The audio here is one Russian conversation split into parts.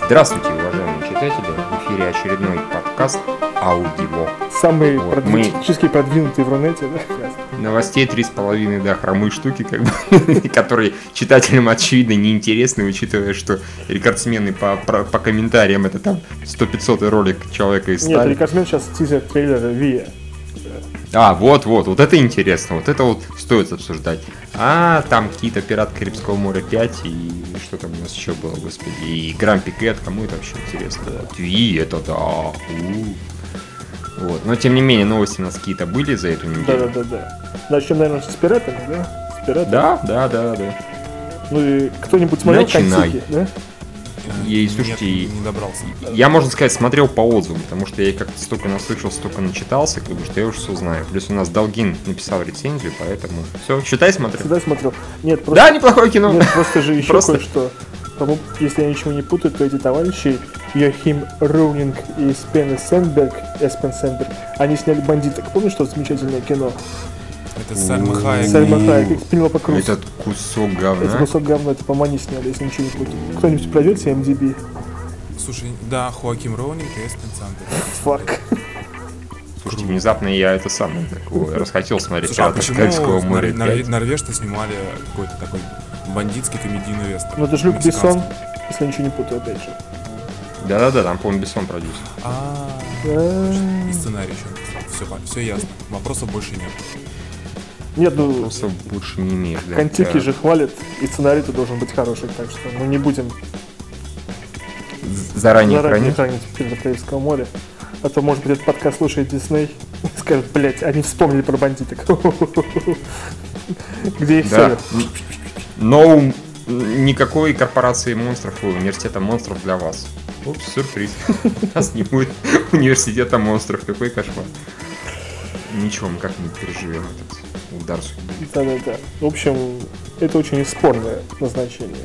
Здравствуйте, уважаемые читатели! В эфире очередной подкаст «Аудио». Самый технически продвинутый в Рунете, да? Новостей 3,5, да, хромые штуки, как бы, которые читателям, очевидно, неинтересны, учитывая, что рекордсмены по комментариям это там 100-500 ролик человека из стали. Нет, рекордсмен сейчас тизер трейлера Вия. Вот это интересно, вот это вот стоит обсуждать. Там какие-то «Пираты Карибского моря 5» и что там у нас еще было, господи, и «Гранд Пикет», кому это вообще интересно? Вот, Ви, это да. Вот, но тем не менее новости у нас какие-то были за эту неделю. Да. Начнем, наверное, с «Пиратами», да? С «Пиратами». Да. Ну и кто-нибудь смотрел «Контики», да? И, слушайте, не добрался. Я, можно сказать, смотрел по отзывам, потому что я как-то столько наслышал, столько начитался, как бы, что я уже все знаю. Плюс у нас Долгин написал рецензию, поэтому все, считай, смотрел. Всегда смотрел. Нет, просто... Да, неплохое кино. Нет, просто же еще кое-что. По-моему, если я ничего не путаю, то эти товарищи, Йохим Роулинг и Эспен Сенберг, они сняли «Бандиток». Помнишь, что замечательное кино? Это Сальма Хайек. Сальма Хайек, Пенелопа Круз. Этот кусок говна. Это кусок говна, это, по-моему, они сняли, если ничего не путаю. Кто-нибудь пройдет себе MDB? Слушай, да, Хоаким Роулинг и Эспен Сенберг. Фак. Слушайте, внезапно я это самое такое расхотел смотреть. Слушай, «Пиратов Карибского моря 5». Норвежцы снимали какой-то такой бандитский комедийный вестерн? Ну это же Люк Бессон, если я ничего не путаю, опять же. Да, там, по-моему, Бессон продюсер. И сценарий еще. Все ясно. Вопросов больше нет. Нет, ну... Вопросов больше не имеешь, да. Контики же хвалят, и сценарий-то должен быть хороший, так что мы не будем заранее хранить «Пиратов Карибского моря». А то, может быть, этот подкаст слушает Дисней и скажет, блять, они вспомнили про бандиток. Где их ссорят? Но никакой корпорации монстров и университета монстров для вас. Упс, сюрприз. У нас не будет университета монстров. Какой кошмар. Ничего, мы как-нибудь переживем этот удар судьбы. Да. В общем, это очень спорное назначение.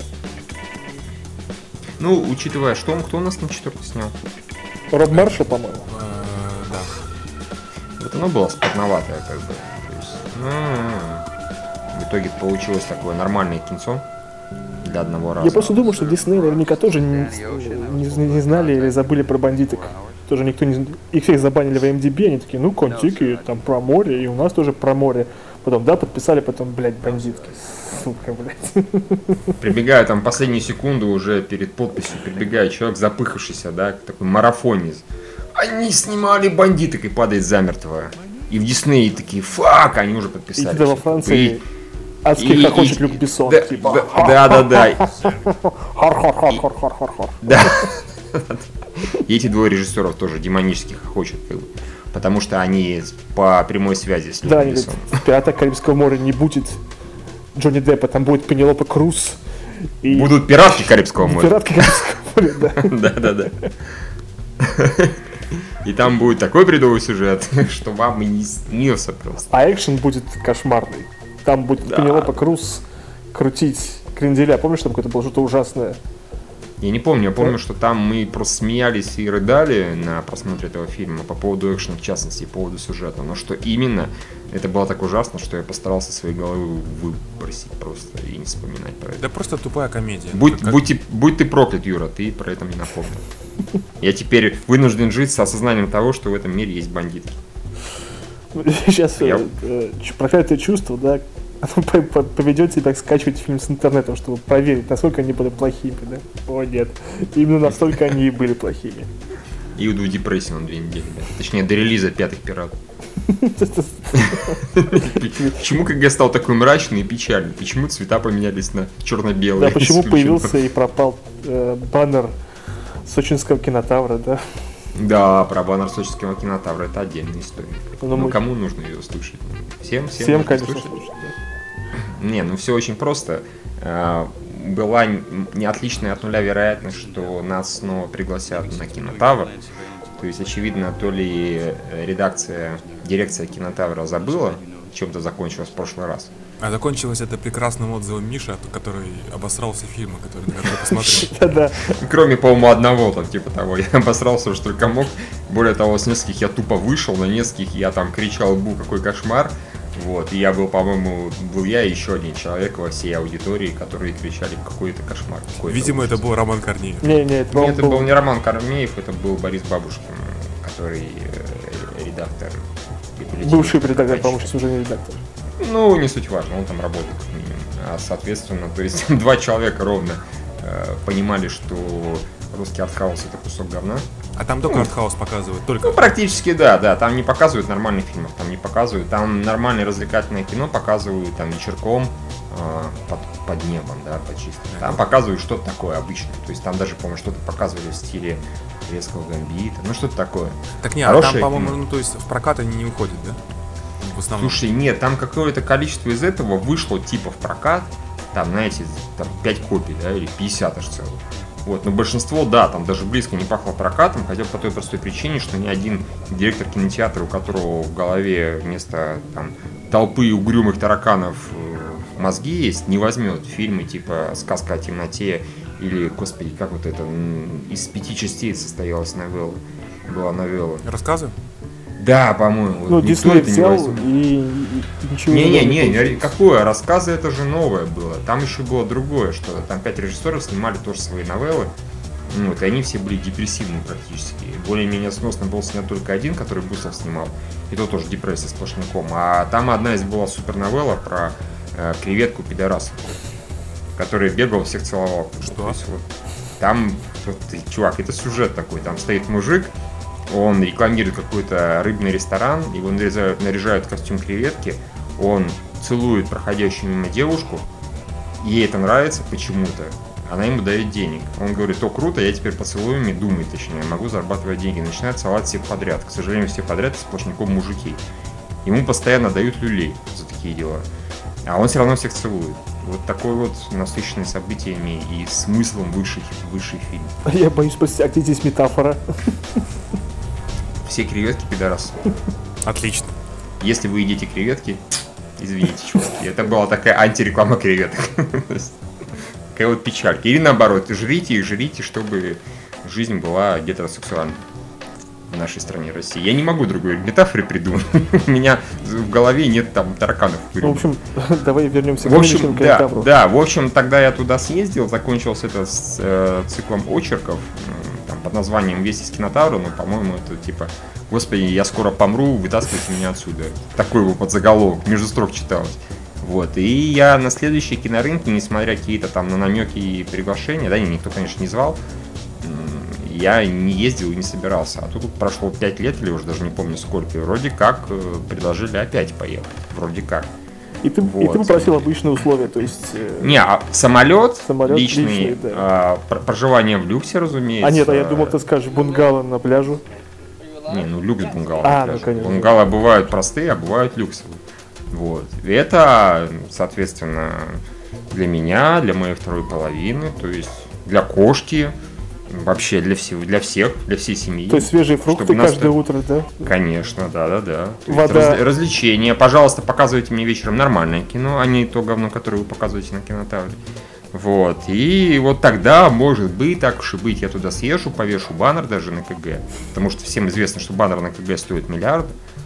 Ну, учитывая, что кто у нас на 4-й снял? Роб Маршалл, по-моему. Да. Вот оно было спорноватое, как бы. То есть, в итоге получилось такое нормальное кинцо для одного раза. Я просто думаю, что Дисней наверняка тоже не знали или забыли про бандиток. Тоже никто не... Их всех забанили в MDB, они такие, ну, Контики, там про море, и у нас тоже про море. Потом, подписали, потом, блядь, бандитки. Сука, блядь. Прибегаю там последнюю секунду уже перед подписью, прибегает человек запыхавшийся, да, такой марафонец. Они снимали бандиток и падает замертво. И в Диснее такие, фак, они уже подписали. И тогда во Франции адский хохочет Люк Бессон. Да. Хар-хар-хар-хар-хар-хар. Да. И эти двое режиссеров тоже демонически хохочут, как бы, потому что они по прямой связи с Люком Бессоном. Да, в «Пиратах Карибского моря» не будет Джонни Деппа, там будет Пенелопа Круз. И... Будут пиратки Карибского моря. Пиратки Карибского моря, да. Да. И там будет такой бредовый сюжет, что вам и не снился просто. А экшен будет кошмарный. Там будет Пенелопа Круз крутить кренделя. Помнишь, там какое-то было что-то ужасное? Я не помню, я помню, что там мы просто смеялись и рыдали на просмотре этого фильма по поводу экшена, в частности, и по поводу сюжета. Но что именно, это было так ужасно, что я постарался своей головы выбросить просто и не вспоминать про это. Да просто тупая комедия. Будь ты проклят, Юра, ты про это мне напомнил. Я теперь вынужден жить с осознанием того, что в этом мире есть бандиты. Сейчас проклятое чувство, да, поведет тебя скачивать фильм с интернета, чтобы проверить, насколько они были плохими, да? О, нет. Именно настолько они и были плохими. И уйду в депрессию на 2 недели, да? Точнее, до релиза «Пятых пиратов». Почему, как я стал такой мрачный и печальный? Почему цвета поменялись на черно-белые? Да, почему появился и пропал баннер сочинского кинотавра, да? Да, про баннер сочинского кинотавра это отдельная история. Ну, кому нужно ее слушать? Всем, конечно, слушать, да. Не, ну все очень просто. Была не отличная от нуля вероятность, что нас снова пригласят на кинотавр. То есть, очевидно, то ли дирекция кинотавра забыла, чем-то закончилось в прошлый раз. А закончилось это прекрасным отзывом Миши, который обосрался фильма, который я посмотрел. Да. Кроме, по-моему, одного, там, типа того. Я обосрался, что только мог. Более того, с нескольких я тупо вышел, на нескольких я там кричал: «Бу, какой кошмар!» Вот, и я был, по-моему, был я и еще один человек во всей аудитории, которые кричали «какой-то кошмар». Видимо, это был Роман Корнеев. Не, это был не Роман Корнеев, это был Борис Бабушкин, который редактор. Бывший редактор, по-моему, сейчас уже не редактор. Ну, не суть важно, он там работает как минимум. А, соответственно, то есть два человека ровно понимали, что русский артхаус это кусок говна. А там только артхаус показывают, только. Ну, практически да, там не показывают нормальных фильмов, там не показывают, там нормальное развлекательное кино показывают там вечерком под небом, да, под чистым. Там показывают что-то такое обычное, то есть там даже, по-моему, что-то показывали в стиле резкого гамбита, ну что-то такое. Так нет, а там, по-моему, ну то есть в прокат они не выходят, да? В основном. Слушай, нет, там какое-то количество из этого вышло типа в прокат, там, знаете, там 5 копий, да, или 50 аж целых. Вот, но большинство, да, там даже близко не пахло прокатом, хотя бы по той простой причине, что ни один директор кинотеатра, у которого в голове вместо там, толпы угрюмых тараканов мозги есть, не возьмет фильмы типа «Сказка о темноте» или, господи, как вот это, из 5 частей состоялась новелла, была новелла. Рассказы? Да, по-моему. Ну, Дисней взял и ничего не, какое? Рассказы это же новое было. Там еще было другое, что там 5 режиссеров снимали тоже свои новеллы. Вот, и они все были депрессивные практически. Более-менее сносно был снят только один, который Бусов снимал. И то тоже депрессия сплошняком. А там одна из была супер новелла про креветку пидораса, который бегал, всех целовал. Что? Есть, вот, там, вот, чувак, это сюжет такой. Там стоит мужик, он рекламирует какой-то рыбный ресторан, его наряжают в костюм креветки, он целует проходящую мимо девушку, ей это нравится почему-то, она ему дает денег. Он говорит: о, круто, я теперь поцелуями, думаю, точнее, могу зарабатывать деньги. Начинает целовать всех подряд. К сожалению, все подряд сплошняком мужики. Ему постоянно дают люлей за такие дела. А он все равно всех целует. Вот такой вот насыщенный событиями и смыслом высший фильм. Я боюсь спросить, а где здесь метафора? Все креветки пидорасы. Отлично. Если вы едите креветки, извините, чуваки, это была такая антиреклама креветок. Такая вот печалька. Или наоборот, жрите их, жрите, чтобы жизнь была гетеросексуальной в нашей стране России. Я не могу другой метафоры придумать. У меня в голове нет там тараканов. Ну, в общем, давай вернемся к нынешнему кинотавру. Да, в общем, тогда я туда съездил, закончился это с циклом очерков под названием «Весть из кинотавра», но, по-моему, это типа «Господи, я скоро помру, вытаскивайте меня отсюда». Такой его подзаголовок, между строк читалось. Вот, и я на следующие кинорынки, несмотря какие-то там на намеки и приглашения, да, никто, конечно, не звал, я не ездил и не собирался. А тут прошло 5 лет, или уже даже не помню сколько, и вроде как предложили опять поехать, вроде как. И ты попросил обычные условия, то есть... самолет личный, да. Проживание в люксе, разумеется. А нет, я думал, ты скажешь бунгало на пляже. Не, люкс бунгало на пляже. Ну, конечно. Бунгало бывают простые, а бывают люксовые. Вот. И это, соответственно, для меня, для моей второй половины, то есть для кошки, вообще для всей семьи. То есть свежие фрукты каждое утро, да? Конечно, да. Вода. Развлечения. Пожалуйста, показывайте мне вечером нормальное кино, а не то говно, которое вы показываете на кинотавре. Вот. И вот тогда, может быть, так уж и быть, я туда съезжу, повешу баннер даже на КГ. Потому что всем известно, что баннер на КГ стоит миллиарды.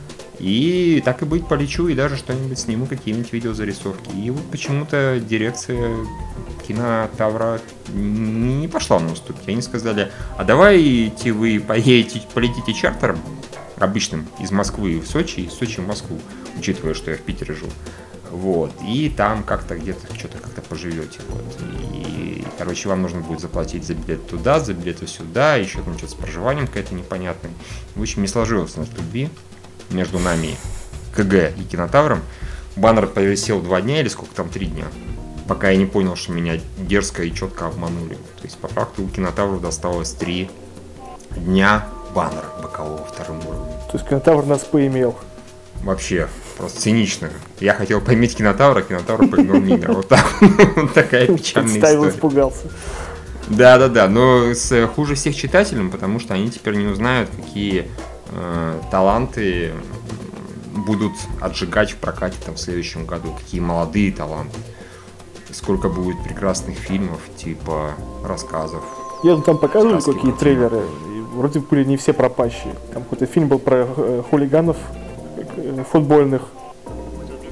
И так и быть, полечу и даже что-нибудь сниму, какие-нибудь видеозарисовки. И вот почему-то дирекция кинотавра не пошла на уступки. Они сказали: а давайте вы полетите чартером обычным из Москвы в Сочи, из Сочи в Москву, учитывая, что я в Питере жил. Вот. И там как-то где-то что-то как-то поживете. Вот. И, короче, вам нужно будет заплатить за билет туда, за билеты сюда, еще там что-то с проживанием какая-то непонятная. В общем, не сложилось у нас любви между нами, КГ и кинотавром. Баннер повисел 2 дня или сколько там, 3 дня, пока я не понял, что меня дерзко и четко обманули. То есть, по факту, у кинотавра досталось 3 дня баннера бокового вторым уровнем. То есть кинотавр нас поимел. Вообще, просто цинично. Я хотел поиметь кинотавра, кинотавр поимел меня. Вот так. Такая печальная история. Испугался. Да, но хуже всех читателям, потому что они теперь не узнают, какие таланты будут отжигать в прокате там в следующем году, какие молодые таланты, сколько будет прекрасных фильмов типа рассказов. Я там показывали какие трейлеры, и вроде были не все пропащие. Там какой-то фильм был про хулиганов футбольных.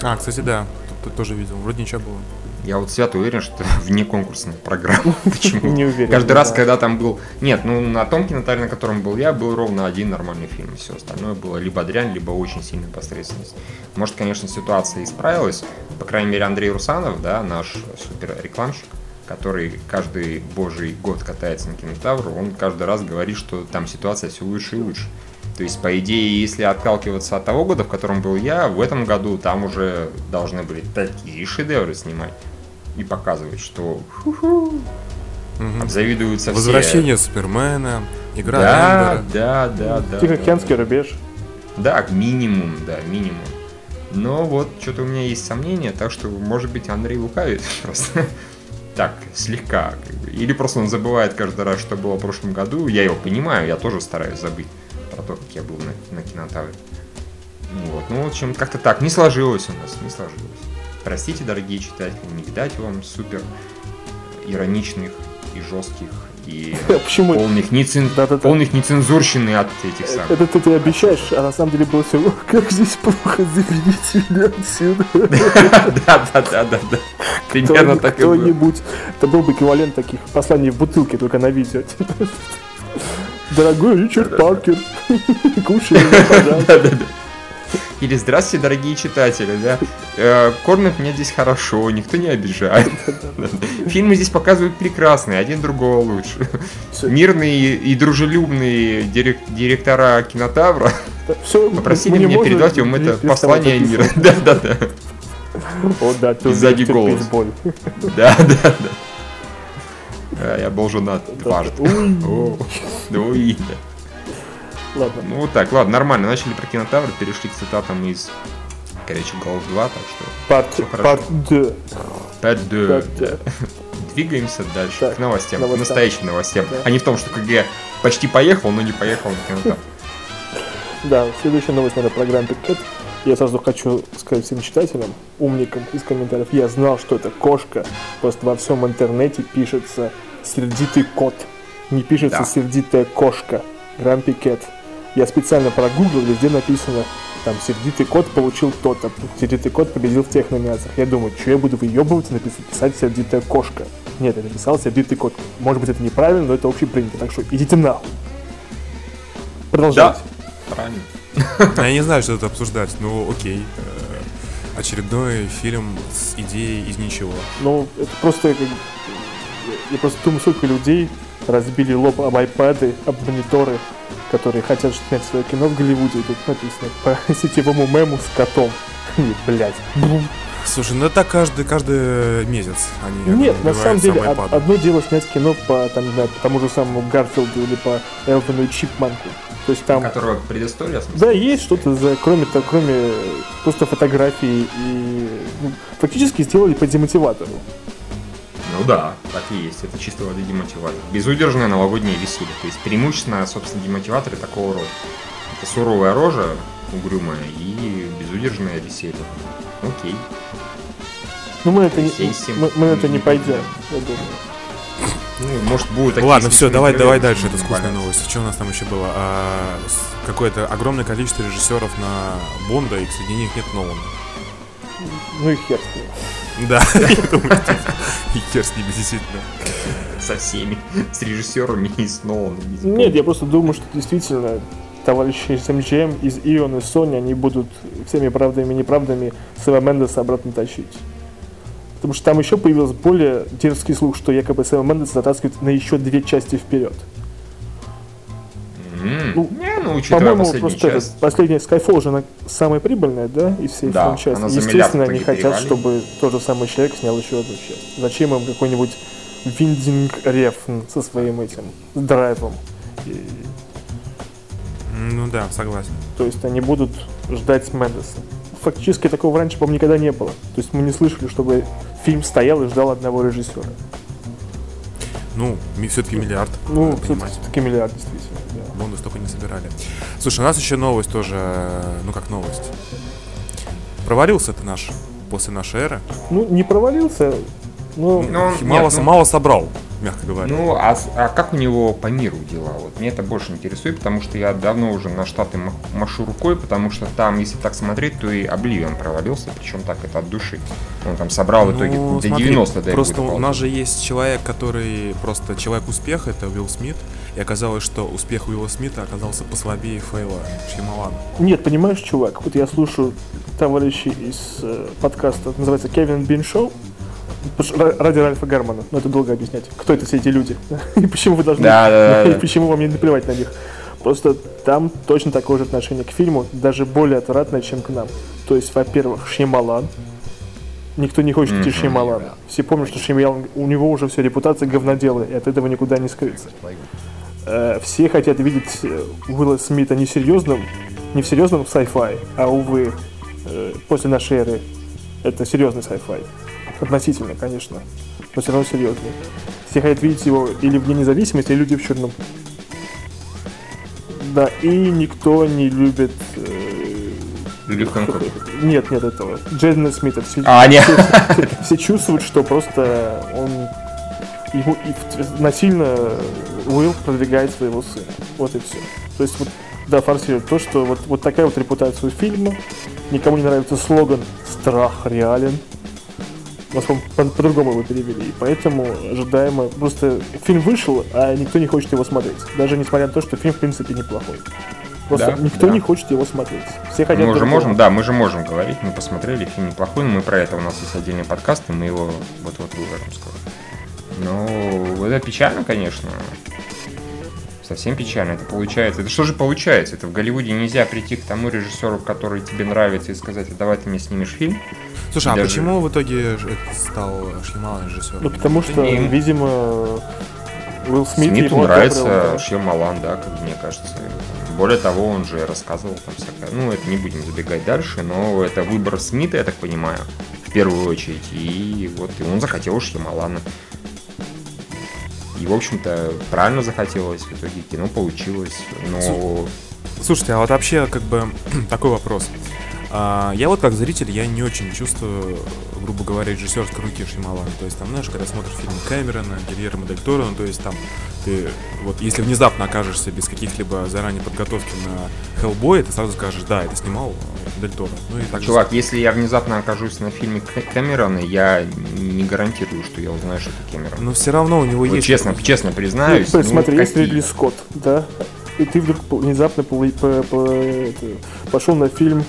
А, кстати, да. Тут тоже видел. Вроде ничего было. Я вот свято уверен, что это вне конкурсной программы. Почему? Не уверен. Каждый раз, когда там был... Нет, ну на том кинотеатре, на котором был я, был ровно один нормальный фильм. Все остальное было либо дрянь, либо очень сильная посредственность. Может, конечно, ситуация исправилась. По крайней мере, Андрей Русанов, да, наш супер рекламщик, который каждый божий год катается на кинотавр, он каждый раз говорит, что там ситуация все лучше и лучше. То есть, по идее, если отталкиваться от того года, в котором был я, в этом году там уже должны были такие шедевры снимать и показывать, что обзавидуются все. Возвращение Супермена, игра Да. Тихоокеанский рубеж. Да, минимум. Но вот что-то у меня есть сомнения, так что, может быть, Андрей лукавит просто. Так, слегка. Или просто он забывает каждый раз, что было в прошлом году. Я его понимаю, я тоже стараюсь забыть про то, как я был на кинотавре. Вот. Ну, в общем, как-то так. Не сложилось у нас, не сложилось. Простите, дорогие читатели, не видать вам супер ироничных и жестких и Почему? полных нецензурщины от этих самых. Это ты обещаешь, а на самом деле было все, как здесь плохо, заберите меня отсюда. Да. Примерно так и было. Кто-нибудь, это был бы эквивалент таких посланий в бутылке, только на видео. Дорогой Ричард Паркер, кушай меня, пожалуйста. Или здравствуйте, дорогие читатели, да? Кормят меня здесь хорошо, никто не обижает. Фильмы здесь показывают прекрасные, один другого лучше. Мирные и дружелюбные директора кинотавра попросили меня передать вам это послание мира. Да. О, да, ты сзади голос. Да. Я был женат дважды. Ой. Ладно. Ну вот так, ладно, нормально. Начали про кинотавр, перешли к цитатам из «Горячих голов 2», так что всё хорошо. Part 2. Двигаемся дальше, Так, к новостям, к новостям. настоящим новостям. Да. А не в том, что КГ почти поехал, но не поехал на кинотавр. Да, следующая новость, наверное, про Grand Picket. Я сразу хочу сказать всем читателям, умникам из комментариев, я знал, что это кошка, просто во всем интернете пишется сердитый кот, не пишется Да. сердитая кошка. Grand Picket. Я специально прогуглил, везде написано, там, сердитый кот получил то-то, сердитый кот победил в тех номинациях. Я думаю, что я буду выебываться, писать сердитая кошка. Нет, я написал сердитый кот. Может быть, это неправильно, но это общепринято, так что идите нахуй. Продолжайте. Да, правильно. Я не знаю, что тут обсуждать, ну окей. Очередной фильм с идеей из ничего. Ну, это просто, я просто думаю, сколько людей разбили лоб об айпады, об мониторы, которые хотят снять свое кино в Голливуде, и тут написано по сетевому мему с котом. И, блядь. Слушай, ну это каждый месяц они Нет, на самом деле, iPad. одно дело снять кино по, там, не знаю, по тому же самому Гарфилду или по Элвину и Чипманку. То есть там... Которого предыстория, в смысле? Да, есть что-то кроме просто фотографий и... Ну, фактически сделали по демотиватору. Ну да, так и есть. Это чисто воды демотиватор. Безудержное новогоднее веселье. То есть преимущественно, собственно, демотиваторы такого рода. Это суровая рожа, угрюмая, и безудержное веселье. Окей. Ну мы это мы это не не пойдем, я думаю. Ну, может, будут такие... Ладно, все, давай смешные дальше, трейлеры, это скучная понятно. новость. Что у нас там еще было? Какое-то огромное количество режиссеров на Бонда, и среди них нет Нолана. Ну и хер с ним. Да, я думаю, и хер с ними, действительно. Со всеми. С режиссерами и с Ноланом. и с Нет, Бондом. я просто думаю, что действительно товарищи из MGM, из Ион и Sony, они будут всеми правдами и неправдами Сэма Мендеса обратно тащить. Потому что там еще появился более дерзкий слух, что якобы Сэма Мендеса затаскивают на еще 2 части вперед. Ну, Учитывая по-моему, последнюю просто часть. последняя Skyfall же она самая прибыльная, да, из всей Да, франчайзи. она за миллиард Естественно, в они итоге хотят, перевалила. чтобы тот же самый человек снял еще одну часть. Зачем им какой-нибудь Виндинг Рефн со своим этим драйвом? Ну да, согласен. То есть они будут ждать Мендеса. Фактически такого раньше, по-моему, никогда не было. То есть мы не слышали, чтобы фильм стоял и ждал одного режиссера. Ну, все-таки миллиард. Ну, надо понимать. все-таки миллиард, действительно. Да. Бонды столько не собирали. Слушай, у нас еще новость тоже, ну как новость. Провалился ты наш после нашей эры. Ну, не провалился, но... Ну, Мало собрал. мягко говоря. Ну, а как у него по миру дела? Вот мне это больше интересует, потому что я давно уже на Штаты машу рукой, потому что там, если так смотреть, то и Обливион провалился, причем так это от души. Он там собрал в итоге до смотри, 90 до просто у нас же есть человек, который просто человек успеха, это Уилл Смит, и оказалось, что успех Уилла Смита оказался послабее фейла Шьямалана. Нет, понимаешь, чувак, вот я слушаю товарищей из подкаста, называется Кевин Бин Шоу, ради Ральфа Гармана, но это долго объяснять, кто это все эти люди, и почему вы должны, и почему вам не наплевать на них. Просто там точно такое же отношение к фильму, даже более отвратное, чем к нам. То есть, во-первых, Шьямалан. Никто не хочет идти Шьямалана. Все помнят, что Шьямалан, у него уже все репутация говнодела, и от этого никуда не скрыться. Все хотят видеть Уилла Смита не в серьезном sci-fi, а, увы, после нашей эры это серьезный sci-fi. Относительно, конечно, но все равно серьезный. Все хотят видеть его или в Дне независимости, или Люди в черном. Да, и никто не любит... Нет, этого. Джейдена Смита. Все чувствуют, что просто он... Ему насильно Уилл продвигает своего сына. Вот и все. То есть, вот, да, форсирует то, что вот такая вот репутация у фильма. Никому не нравится слоган «Страх реален». У нас по-другому его перевели. И поэтому ожидаемо... Просто фильм вышел, а никто не хочет его смотреть. Даже несмотря на то, что фильм, в принципе, неплохой. Просто никто не хочет его смотреть. Все хотят... мы же можем говорить, мы посмотрели, фильм неплохой, но мы про это, у нас есть отдельный подкаст, и мы его вот-вот выложим скоро. Ну, это печально, конечно. Совсем печально это получается. Это что же получается? Это в Голливуде нельзя прийти к тому режиссеру, который тебе нравится, и сказать: а давай ты мне снимешь фильм. Слушай, а почему в итоге стал Шьямалан режиссером? Ну, потому что, видимо, Уилл Смит Смиту нравится Шьямалан, да, как мне кажется. Более того, он же рассказывал там всякое. Ну, это не будем забегать дальше, но это выбор Смита, я так понимаю, в первую очередь. И вот и он захотел Шьямалана. И, в общем-то, правильно захотелось, в итоге кино получилось, но... Слушайте, а вот вообще, как бы, такой вопрос. Я вот как зритель, я не очень чувствую, грубо говоря, режиссерской руки Шьямалана. То есть там, знаешь, когда смотришь фильм Кэмерона, Гильермо дель Торо, ну, то есть там ты, вот, если внезапно окажешься без каких-либо заранее подготовки на Хеллбой, ты сразу скажешь: да, это снимал Дель Торо. Ну, и так чувак, если я внезапно окажусь на фильме Кэмерона, я не гарантирую, что я узнаю, что это Кэмерон. Но все равно у него есть... Честно признаюсь. Ну, смотри, есть Ридли Скотт, да? И ты вдруг внезапно пошел на фильм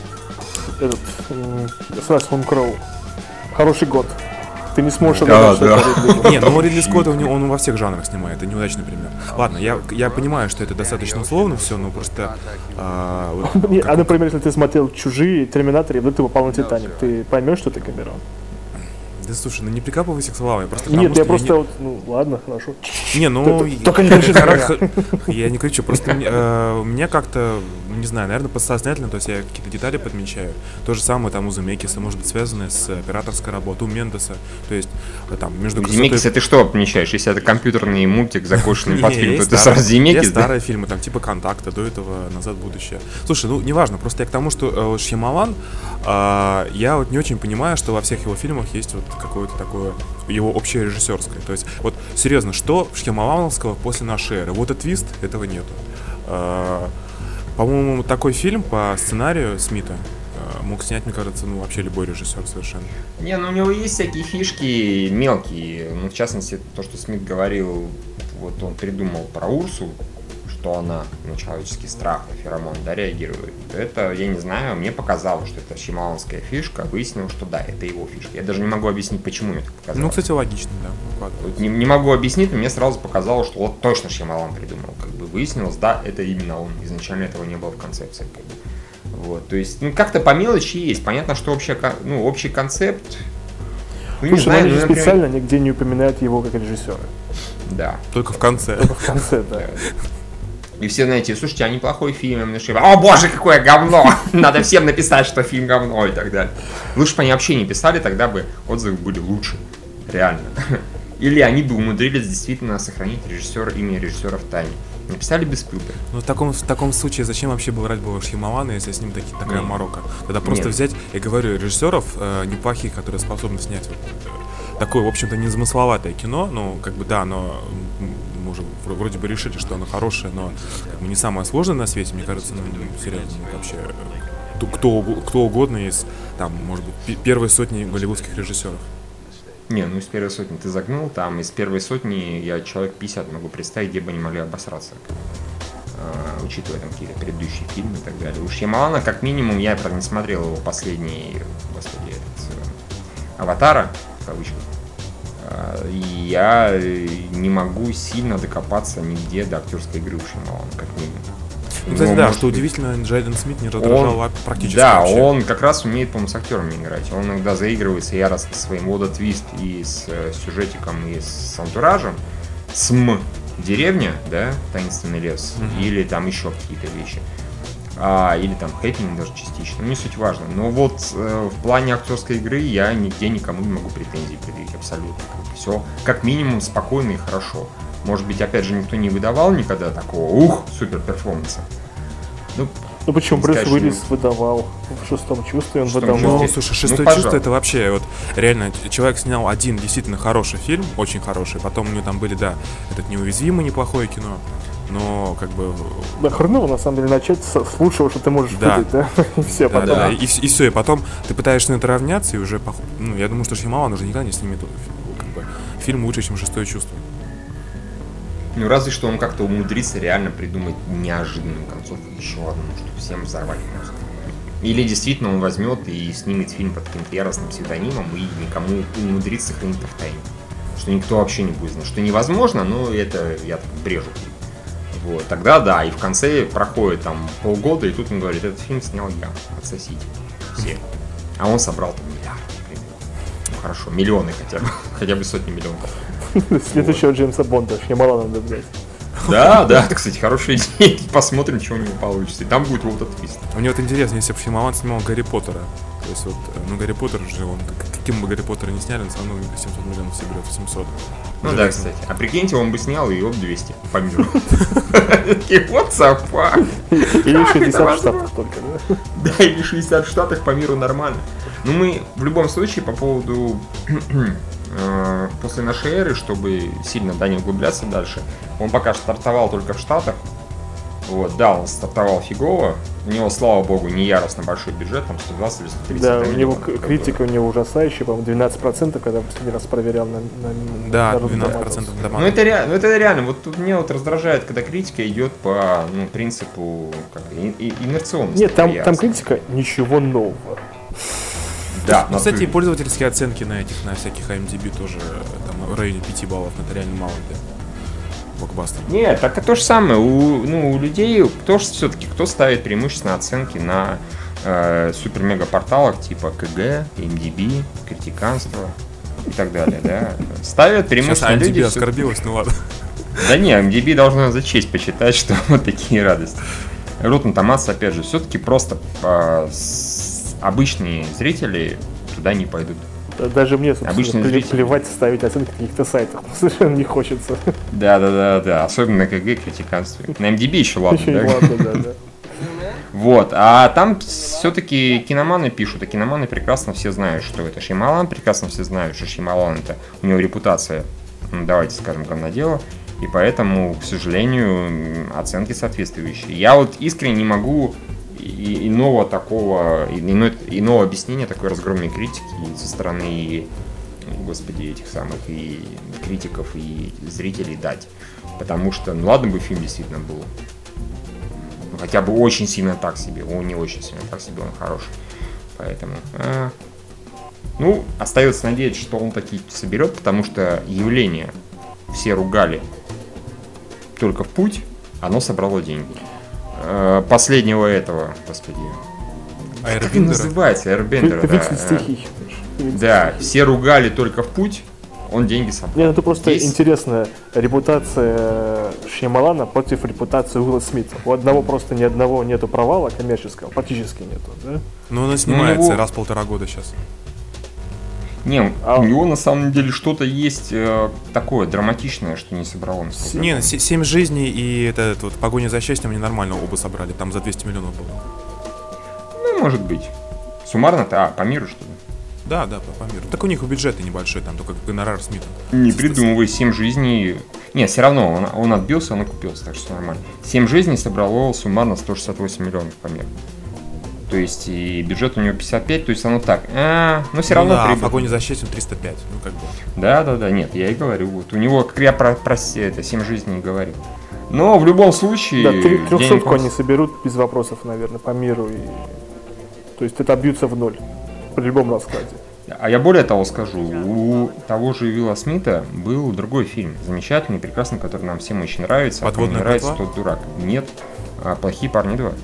с Расселом Кроу. Хороший год. Ты не сможешь угадать, что это Ридли Скотт. Не, ну Ридли Скотт, он во всех жанрах снимает, это неудачный пример. Ладно, я понимаю, что это достаточно условно все, но просто... А, например, если ты смотрел «Чужие», «Терминатор», и вдруг ты попал на «Титаник», ты поймешь, что это Кэмерон? Да слушай, ну не прикапывайся к словам, я просто... Нет, я просто... Вот, ну ладно, хорошо. Не, ну... Только не кричи на меня. Я не кричу, просто у меня как-то, не знаю, наверное, подсознательно, то есть я какие-то детали подмечаю. То же самое там у Земекиса, может быть, связанное с операторской работой, у Мендеса. То есть там между красотой... Земекиса ты что подмечаешь? Если это компьютерный мультик, закошенный под фильм, то это сразу Земекис, да? Старые фильмы, там типа «Контакта», до этого «Назад в будущее». Слушай, ну неважно, просто я к тому, что Шьямалан, я вот не очень понимаю, что во всех его фильмах есть вот какое-то такое его общее режиссерское. То есть, вот серьезно, что Шьямалановского после нашей эры? Вот и твист, этого нету. По-моему, такой фильм по сценарию Смита мог снять, мне кажется, ну вообще любой режиссер совершенно. Не, ну у него есть всякие фишки мелкие. Ну, в частности, то, что Смит говорил, вот он придумал про Урсу, что она на человеческий страх, на феромон, да, реагирует. Это, я не знаю, мне показалось, что это шьямаланская фишка, выяснилось, что да, это его фишка. Я даже не могу объяснить, почему мне так показалось. Ну, кстати, логично, да. Вот не могу объяснить, но мне сразу показалось, что вот точно Шьямалан придумал. Как бы выяснилось, да, это именно он. Изначально этого не было в концепции. Как бы. Вот, то есть, ну, как-то по мелочи есть. Понятно, что общий концепт. Ну, не знаю, они например... специально нигде не упоминают его как режиссера. Да. Только в конце. Только в конце, да. И все, знаете, слушайте, а неплохой фильм, о боже, какое говно, надо всем написать, что фильм говно и так далее. Лучше бы они вообще не писали, тогда бы отзывы были лучше, реально. Или они бы умудрились действительно сохранить имя режиссера в тайне. Написали бы Спилберг. Ну, в таком случае, зачем вообще брать было Шьямалана, если с ним такая морока? Тогда просто взять, я говорю, режиссеров неплохих, которые способны снять вот такое, в общем-то, незамысловатое кино. Ну, как бы, да, но мы уже вроде бы решили, что оно хорошее, но как бы не самое сложное на свете, мне кажется, ну, серьезно, вообще кто угодно из, там, может быть, первой сотни голливудских режиссеров. Не, ну из первой сотни ты загнул, там из первой сотни я человек 50 могу представить, где бы они могли обосраться, учитывая там какие-то предыдущие фильмы и так далее. У Шьямалана, как минимум, я, правда, не смотрел его последний, «Аватара», в кавычках, и я не могу сильно докопаться нигде до актерской игры у Шьямалана, как минимум. Ну, кстати, да, что удивительно, Джейден Смит не раздражал практически вообще. Да, он как раз умеет, по-моему, с актерами играть. Он иногда заигрывается яростно своим Твист и с сюжетиком, и с антуражем. Деревня, да, таинственный лес, или там еще какие-то вещи. Или там хэппинг даже частично, не суть важно. Но вот в плане актерской игры я нигде никому не могу претензий предъявить, абсолютно. Все как минимум спокойно и хорошо. Может быть, опять же, никто не выдавал никогда такого, супер перформанса. Ну почему Брюс Уиллис выдавал в «Шестом чувстве», он выдавал. Ну, слушай, «Шестое чувство» это вообще, вот, реально, человек снял один действительно хороший фильм, очень хороший, потом у него там были, да, этот «Неуязвимый» неплохое кино, но, как бы... Да, хреново, на самом деле, начать с лучшего, что ты можешь выдать, да? И все, потом... Да, и все, и потом ты пытаешься на это равняться, и уже, ну, я думаю, что Шьямалан уже никогда не снимет как бы фильм лучше, чем «Шестое чувство». Ну, разве что он как-то умудрится реально придумать неожиданную концовку, еще одну, чтобы всем взорвать мозг. Или действительно он возьмет и снимет фильм под каким-то яростным псевдонимом и никому умудрится сохранить это в тайне. Что никто вообще не будет знать. Что невозможно, но это я так брежу. Вот, тогда да, и в конце проходит там полгода, и тут он говорит, этот фильм снял я, отсосите все. А он собрал там миллиард. Ну хорошо, миллионы хотя бы сотни миллионов. Следующего Джеймса Бонда, Шьямалана надо взять. Да, кстати, хорошая идея. Посмотрим, что у него получится. И там будет вот этот твист. Мне вот интересно, если бы Шьямалан снимал Гарри Поттера. То есть вот, ну Гарри Поттер же, он, каким бы Гарри Поттера не сняли, он все равно 700 миллионов соберет, 800. Ну да, кстати. А прикиньте, он бы снял и 200 по миру. Вот сапа. Или 60 штатов только, да? Да, или 60 штатов по миру нормально. Ну мы в любом случае по поводу... После нашей эры, чтобы сильно не углубляться дальше, он пока стартовал только в Штатах. Вот, да, он стартовал фигово. У него, слава богу, не яростно большой бюджет, там 120 или 130. Да, у него критика у него ужасающая, по-моему, 12%, когда в последний раз проверял на да, 12% дома. Ну это реально, вот тут меня вот раздражает, когда критика идет по принципу инерционности. Нет, там критика ничего нового. Да, ну, кстати, пользовательские оценки на всяких IMDb тоже там в районе 5 баллов, это реально мало для блокбастера. Нет, так это то же самое. У людей, кто ставит преимущественно оценки на супер-мега-порталах типа КГ, IMDb, Критиканство и так далее, да. Ставят преимущественно люди... Сейчас IMDb оскорбилась, ну ладно. Да не, IMDb должна за честь почитать, что вот такие радости. Rotten Tomatoes, опять же, все-таки просто обычные зрители туда не пойдут. Даже мне, собственно, плевать ставить оценки на каких-то сайтах. Совершенно не хочется. Да. Особенно на КГ, Критиканстве. На MDB еще ладно, да? Вот. А там все-таки киноманы пишут, а киноманы прекрасно все знают, что это Шьямалан, прекрасно все знают, что Шьямалан это у него репутация, давайте скажем, говнодело. И поэтому, к сожалению, оценки соответствующие. Я вот искренне не могу иного объяснения такой разгромной критики со стороны, господи, этих самых и критиков, и зрителей дать. Потому что, ну ладно бы фильм действительно был, ну, хотя бы очень сильно так себе, он не очень сильно так себе, он хороший. Поэтому, ну, остается надеяться, что он таки соберет, потому что явление все ругали только в путь, оно собрало деньги. Последнего этого, господи, как он называется, Airbender, да, все ругали только в путь, он деньги собрал. Нет, это просто интересная репутация Шьямалана против репутации Уилла Смита. У одного просто ни одного нету провала коммерческого, практически нету, да? Ну, она снимается раз в 1,5 года сейчас. Не, у него на самом деле что-то есть такое драматичное, что не собрало. Не, 7 жизней и этот вот «Погоня за счастьем» они нормально оба собрали, там за 200 миллионов было. Ну, может быть. Суммарно-то, по миру, что ли? Да, по миру. Так у них бюджет небольшой, там только гонорар Смита. Не придумывай, 7 жизней... Не, все равно, он отбился, он окупился, так что нормально. 7 жизней собрало суммарно 168 миллионов по миру. То есть и бюджет у него 55, то есть оно так. Но все равно да, «Погоня за счастьем» 305, ну как бы. Да, нет, я и говорю. Вот у него, как я про это 7 жизней и говорю. Но в любом случае... Да, 300 они соберут без вопросов, наверное, по миру. То есть это обьются в ноль при любом раскладе. А я более того скажу, у того же Уилла Смита был другой фильм, замечательный, прекрасный, который нам всем очень нравится. «Подводная братва»? Нравится «Тот дурак». Нет, «Плохие парни 2».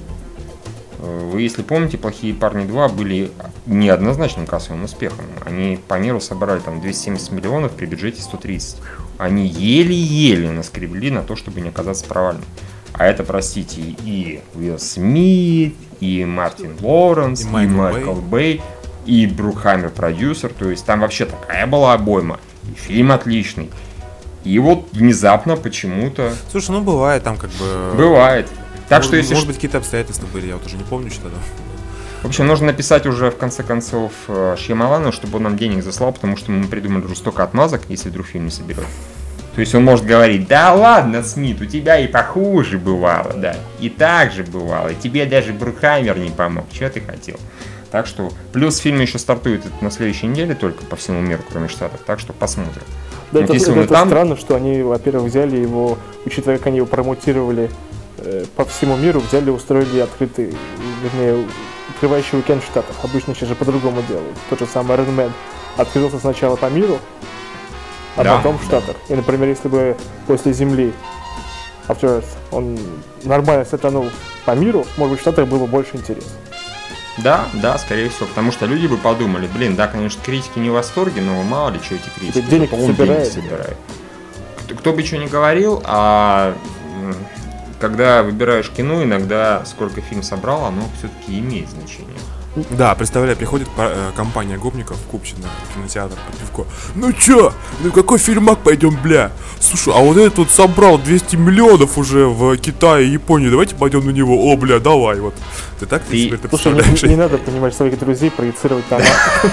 Вы, если помните, «Плохие парни 2» были неоднозначным кассовым успехом. Они по миру собрали там 270 миллионов при бюджете 130. Они еле-еле наскребли на то, чтобы не оказаться провальным. А это, простите, и Уилл Смит, и Мартин Лоуренс, и Майкл Бэй, и Брукхаймер продюсер. То есть там вообще такая была обойма. И фильм отличный. И вот внезапно почему-то... Слушай, ну бывает там как бы... Бывает. Так что если... Может быть, какие-то обстоятельства были, я вот уже не помню, что там. В общем, нужно написать уже в конце концов Шьямалану, чтобы он нам денег заслал, потому что мы придумали уже столько отмазок, если вдруг фильм не соберет. То есть он может говорить: да ладно, Смит, у тебя и похуже бывало, да, и так же бывало, и тебе даже Брукхаймер не помог, что ты хотел. Так что, плюс фильм еще стартует на следующей неделе только по всему миру, кроме Штатов, так что посмотрим. Да, вот это там... странно, что они, во-первых, взяли его, учитывая, как они его промотировали по всему миру, взяли и устроили открытый, вернее, открывающий уикенд в Штатах. Обычно сейчас же по-другому делают. Тот же самый Iron Man открылся сначала по миру, а потом в Штатах. И, например, если бы после Земли After Earth он нормально стартанул по миру, может быть, в Штатах было больше интереса. Да, скорее всего, потому что люди бы подумали: блин, да, конечно, критики не в восторге, но мало ли, что эти критики. Денег собирают. Кто бы что ни говорил, а когда выбираешь кино, иногда сколько фильм собрал, оно все-таки имеет значение. Да, представляю, приходит компания гопников в Купчино, в кинотеатр, под пивко. Ну чё, ну какой фильмак пойдем, бля? Слушай, а вот этот вот собрал 200 миллионов уже в Китае и Японии, давайте пойдем на него. О, бля, давай, вот. Ты так теперь представляешь? Слушай, не надо, понимать, своих друзей проецировать там.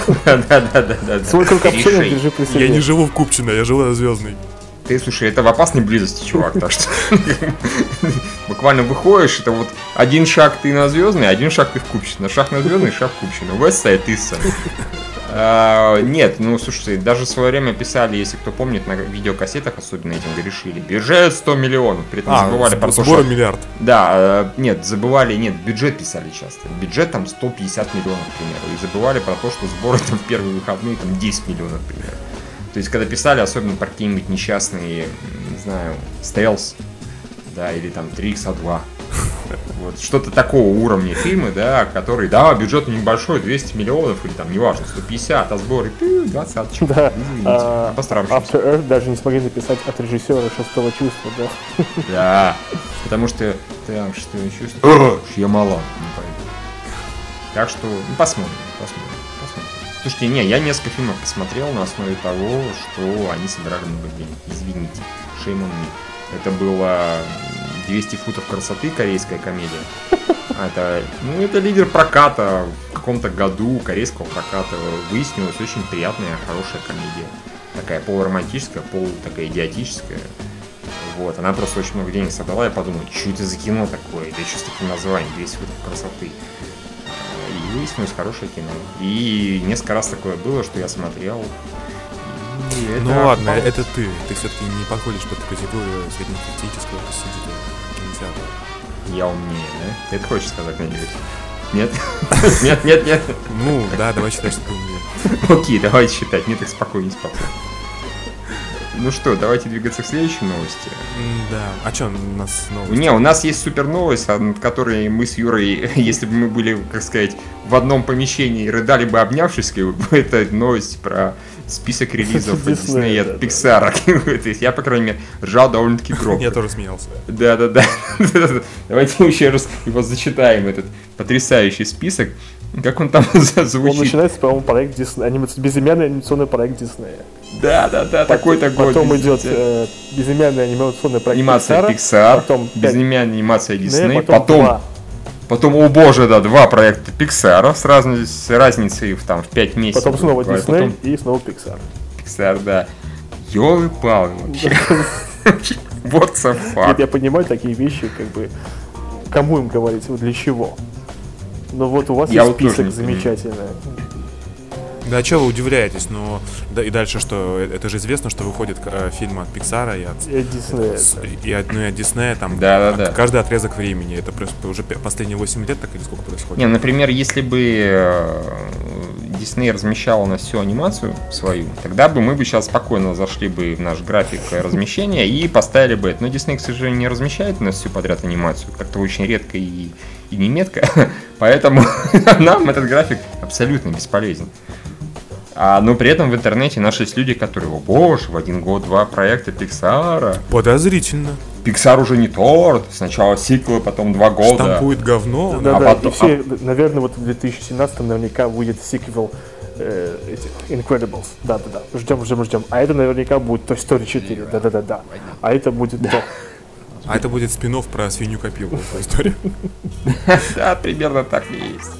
Да. Свой круг общения держи при себе. Я не живу в Купчино, я живу на Звездной. Ты, слушай, это в опасной близости, чувак, так что буквально выходишь, это вот один шаг ты на Звездной, один шаг ты в Купчино, шаг на Звездной, шаг в Купчино, Westside, Eastside. Нет, ну, слушай, даже в свое время писали, если кто помнит, на видеокассетах особенно этим грешили. Бюджет 100 миллионов, при этом забывали про то, что... Сбора миллиард. Да, бюджет писали часто. Бюджет там 150 миллионов, к примеру, и забывали про то, что сборы там в первые выходные там 10 миллионов, к примеру. То есть, когда писали, особенно про какие-нибудь несчастные, не знаю, Stealth, да, или там 3X2. Вот, что-то такого уровня фильмы, да, которые, да, бюджет у них большой, 200 миллионов, или там, неважно, 150, а сборы 20. Да, постараемся. After Earth даже не смогли написать от режиссера «Шестого чувства», да. Да, потому что там «Шестое чувство», Шьямалан, не пойду. Так что, посмотрим. Слушайте, я несколько фильмов посмотрел на основе того, что они собирали много денег. Извините, shame on me. Это было 200 футов красоты, корейская комедия. Это лидер проката в каком-то году корейского проката. Выяснилось, очень приятная, хорошая комедия. Такая полуромантическая, такая идиотическая. Вот, она просто очень много денег собрала. Я подумал, что это за кино такое? Да еще с таким названием, 200 футов красоты. И выяснилось, хорошее кино. И несколько раз такое было, что я смотрел. Ну ладно, это ты. Ты все-таки не подходишь под категорию среднестатистического посетителя кинотеатра. Я умнее, да? Ты это хочешь сказать, надеюсь? Нет? Нет. Ну, да, давай считай, что ты умнее. Окей, давайте считать. Мне так спокойнее. Ну что, давайте двигаться к следующей новости. Да. А что у нас новость? Не, у нас есть супер новость, над которой мы с Юрой, если бы мы были, как сказать, в одном помещении, рыдали бы обнявшись, это новость про список релизов Disney от Pixar. Я, по крайней мере, ржал довольно-таки громко. Я тоже смеялся. Да. Давайте еще раз его зачитаем, этот потрясающий список. Как он там Он звучит? начинается, по-моему, проект Диснея, безымянный анимационный проект Диснея. Да, такой-то год. Потом идет безымянный анимационный проект Анимация Pixar, Pixar, потом безымянная анимация Disney, потом потом, о боже, да, 2 проекта Pixar с разницей в 5 месяцев. потом снова буквально. Disney Потом и снова Pixar. Pixar, да. Ёлы-палы вообще. What the fuck? Нет, я понимаю такие вещи, как бы, кому им говорить, вот для чего. Но вот у вас Я есть вот тоже список не понимаю. замечательный. Да, что вы удивляетесь, но и дальше что, это же известно, что выходит фильм от Pixar и от Диснея. и от Disney, там Да. каждый отрезок времени. Это просто уже последние 8 лет так или сколько происходит? Не, например, если бы Disney размещал у нас всю анимацию свою, тогда бы мы сейчас спокойно зашли бы в наш график размещения и поставили бы это. Но Disney, к сожалению, не размещает у нас всю подряд анимацию, как-то очень редко и неметко, поэтому нам этот график абсолютно бесполезен. Но при этом в интернете нашлись люди, которые, о боже, в один год 2 проекта Pixar. Подозрительно. Pixar уже не торт, сначала сиквелы, потом 2 года. Штампует говно. Да, потом- и все, наверное, вот в 2017 наверняка выйдет сиквел Incredibles. Да. Ждем. А это наверняка будет Toy Story 4. Да. А это будет то. А это будет спин-офф про свинью копилку, эта история. Да, примерно так и есть.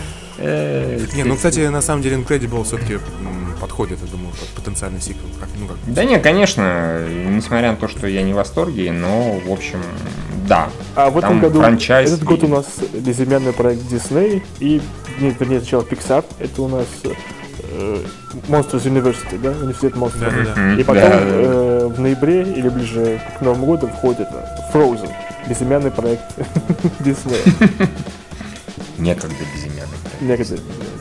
Не, ну, кстати, на самом деле Incredible все-таки подходит, я думаю, под потенциальный сиквел. Да нет, конечно, несмотря на то, что я не в восторге, но, в общем, да. А в этом Там году, франчайз этот год и- у нас безымянный проект Disney и, вернее, сначала Pixar, это у нас Monsters University, да, университет монстров. Да. И потом Да. в ноябре или ближе к Новому году входит Frozen, безымянный проект Disney. Некогда безымянный. Некогда.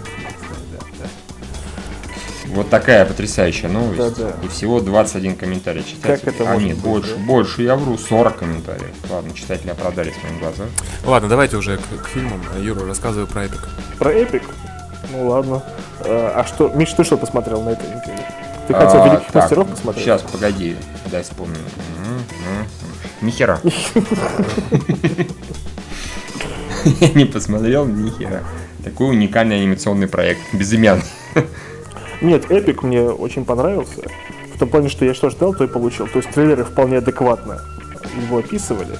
Вот такая потрясающая новость. Да. И всего 21 комментарий читателей. Как это может нет, быть, больше, я вру, 40 комментариев. Ладно, читатели оправдались в моих глазах. Ладно, давайте уже к фильмам. Юра, рассказывай про Эпик. Про Epic? Ну ладно. А что, Миш, ты что посмотрел на этой неделе? Ты хотел «Великих Так, мастеров» посмотреть? Сейчас, погоди, дай вспомню. Нихера. Я не посмотрел нихера. Такой уникальный анимационный проект, безымянный. Нет, Epic мне очень понравился. В том плане, что я что ждал, то и получил. То есть трейлеры вполне адекватно его описывали.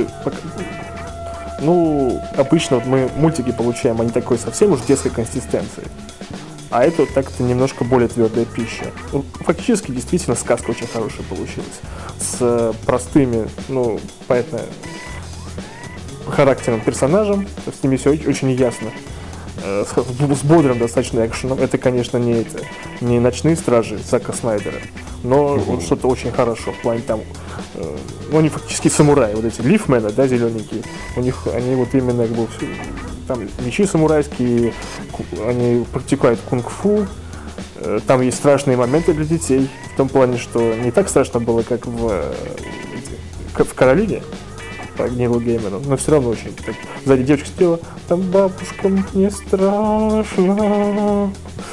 Ну, обычно вот мы мультики получаем, они такой совсем уж детской консистенции. А это вот так-то немножко более твердая пища. Ну, фактически, действительно, сказка очень хорошая получилась. С простыми, ну, понятно, характером персонажем, с ними все очень ясно. С бодрым достаточно экшеном. Это, конечно, не «Ночные стражи» Зака Снайдера, но вот что-то очень хорошо. В плане там, ну, они фактически самураи, вот эти лифмены, да, зелененькие. У них, они вот именно как бы, там мечи самурайские, они практикуют кунг-фу. Там есть страшные моменты для детей, в том плане, что не так страшно было, как в «Каролине», по Нилу Гейману, но все равно очень так. Сзади девочка сидела, там бабушка, мне страшно.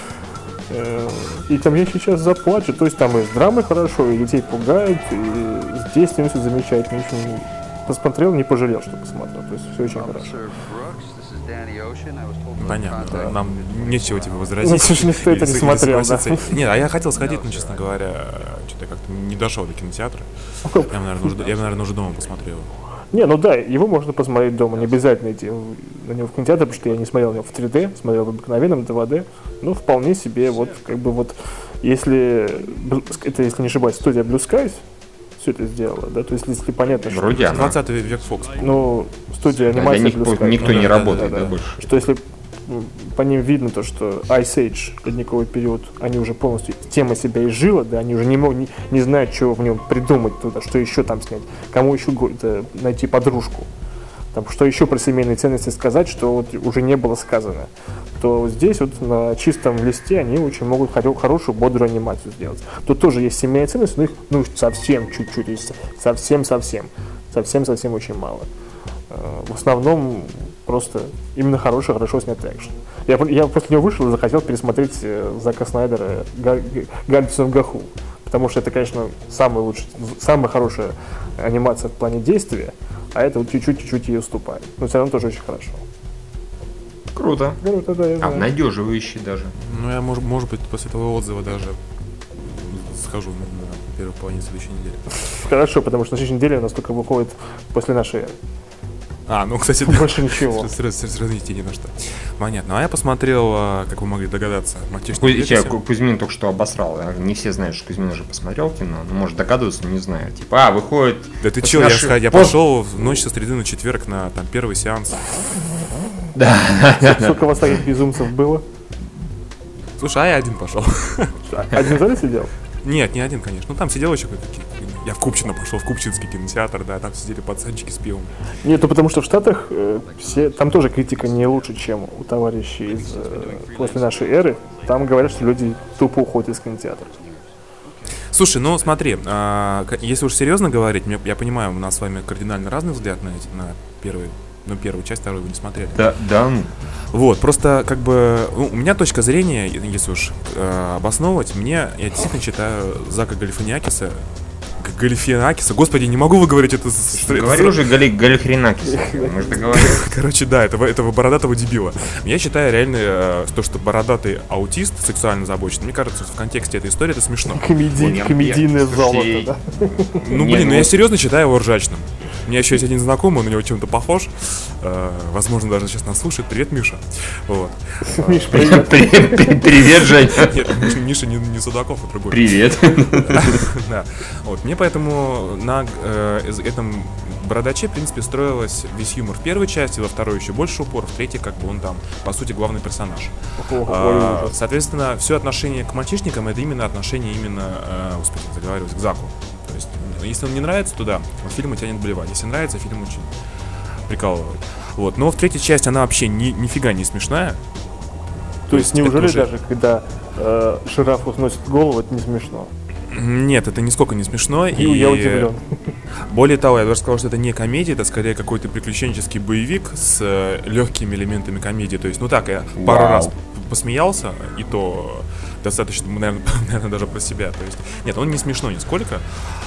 И там я сейчас заплачу. То есть там и с драмой хорошо, и детей пугают, и с действием все замечательно. В общем, посмотрел, не пожалел, что посмотрел. То есть все очень хорошо. Понятно. Нам нечего тебе возразить. Слушай, никто это не Или смотрел, да. согласиться. Нет, а я хотел сходить, но, честно говоря, что-то как-то не дошел до кинотеатра. Я бы, наверное, уже дома посмотрел. Не, ну да, его можно посмотреть дома, не обязательно идти на него в кинотеатр, потому что я не смотрел его в 3D, смотрел в обыкновенном 2D, ну, вполне себе, вот, как бы вот, если, это, если не ошибаюсь, студия Blue Skies все это сделала, да, то есть, если понятно, что... Вроде она. 20 век Фокс. Ну, студия Для анимации них Blue Skies. никто не да, работает, да, да, да. больше. Что если по ним видно то, что Ice Age, ледниковый период, они уже полностью, тема себя изжила, да, они уже не знают, что в нем придумать туда, что еще там снять, кому еще найти подружку, там, что еще про семейные ценности сказать, что вот уже не было сказано, то вот здесь вот на чистом листе они очень могут хорошую, бодрую анимацию сделать. Тут тоже есть семейные ценности, но их, ну, совсем чуть-чуть, совсем очень мало. В основном просто именно хорошо снятый экшен. Я после него вышел и захотел пересмотреть Зака Снайдера «Гальцев Гаху», потому что это, конечно, самая хорошая анимация в плане действия, а это вот чуть-чуть ее уступает. Но все равно тоже очень хорошо. Круто. Круто, да, я знаю. Обнадеживающий даже. Ну, я, может быть, после этого отзыва даже схожу на первой половине следующей недели. Хорошо, потому что на следующей неделе у нас только выходит после нашей эры. Ну, кстати, да. Больше ничего. Сразу идти ни на что. Понятно. А я посмотрел, как вы могли догадаться, «Мальчишник в Вегасе». Кузьмин только что обосрал. Не все знают, что Кузьмин уже посмотрел кино. Ну, может догадываться, но не знаю. Типа, выходит... Да ты чё, я пошел в ночь со среды на четверг на там первый сеанс. Да. Сколько у вас таких безумцев было? Слушай, я один пошел. Один в зале сидел? Нет, не один, конечно. Ну там сидел еще какие-то. Я в Купчино пошел, в Купчинский кинотеатр, да, там сидели пацанчики с пивом. Нет, ну потому что в Штатах там тоже критика не лучше, чем у товарищей после нашей эры. Там говорят, что люди тупо уходят из кинотеатра. Слушай, ну смотри, если уж серьезно говорить, я понимаю, у нас с вами кардинально разный взгляд на первую часть, вторую вы не смотрели. Да. Вот, просто как бы у меня точка зрения, если уж обосновывать, я действительно читаю Зака Галифианакиса, господи, не могу выговорить это. Говорю уже Галифианакис. Мы же договорились. Короче, да, этого бородатого дебила. Я считаю реально то, что бородатый аутист сексуально озабочен. Мне кажется, что в контексте этой истории это смешно. Комедийное золото, да? Ну, блин, я серьезно считаю его ржачным. У меня еще есть один знакомый, он на него чем-то похож. Возможно, даже сейчас нас слушает. Привет, Миша. Вот. Миш, привет. Привет, Жень. Нет, Миша не Судаков, а другой. Привет. Да. Вот. Мне поэтому на этом бородаче, в принципе, строилась весь юмор в первой части, во второй еще больше упор, в третьей, как бы он там, по сути, главный персонаж. Соответственно, все отношение к мальчишникам — это именно отношение господи, заговариваюсь, к Заку. То есть, если он не нравится туда, фильм тянет блевать. Если нравится, фильм очень прикалывает. Вот. Но в третьей части она вообще нифига не смешная. То есть неужели даже, когда жираф сносит голову, это не смешно? Нет, это нисколько не смешно. И я удивлен. Более того, я даже сказал, что это не комедия, это скорее какой-то приключенческий боевик с легкими элементами комедии. То есть, я пару раз посмеялся, и то достаточно, наверное, даже про себя. То есть, нет, он не смешно нисколько.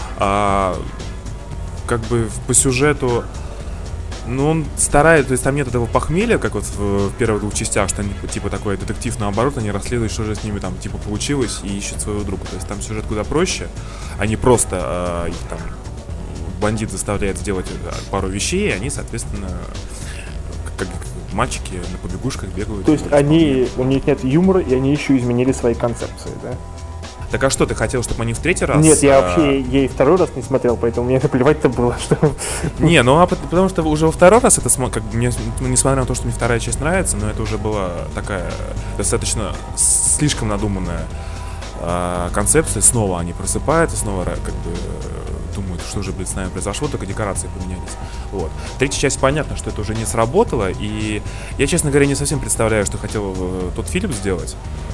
Как бы по сюжету, он старается, то есть там нет этого похмелья, как вот в первых двух частях, что они типа такой детектив, наоборот, они расследуют, что же с ними там типа получилось, и ищут своего друга. То есть там сюжет куда проще, они просто их там бандит заставляет сделать пару вещей, и они, соответственно, как мальчики на побегушках бегают. То есть у них нет юмора, и они еще изменили свои концепции, да? Так а что, ты хотел, чтобы они в третий раз? Нет, я и второй раз не смотрел, поэтому мне наплевать-то было, что... Не, потому что уже во второй раз это, как мне, несмотря на то, что мне вторая часть нравится, но это уже была такая достаточно слишком надуманная концепция. Снова они просыпаются, снова как бы думают, что же, с нами произошло, только декорации поменялись. Вот. Третья часть, понятно, что это уже не сработало, и я, честно говоря, не совсем представляю, что хотел тот фильм сделать.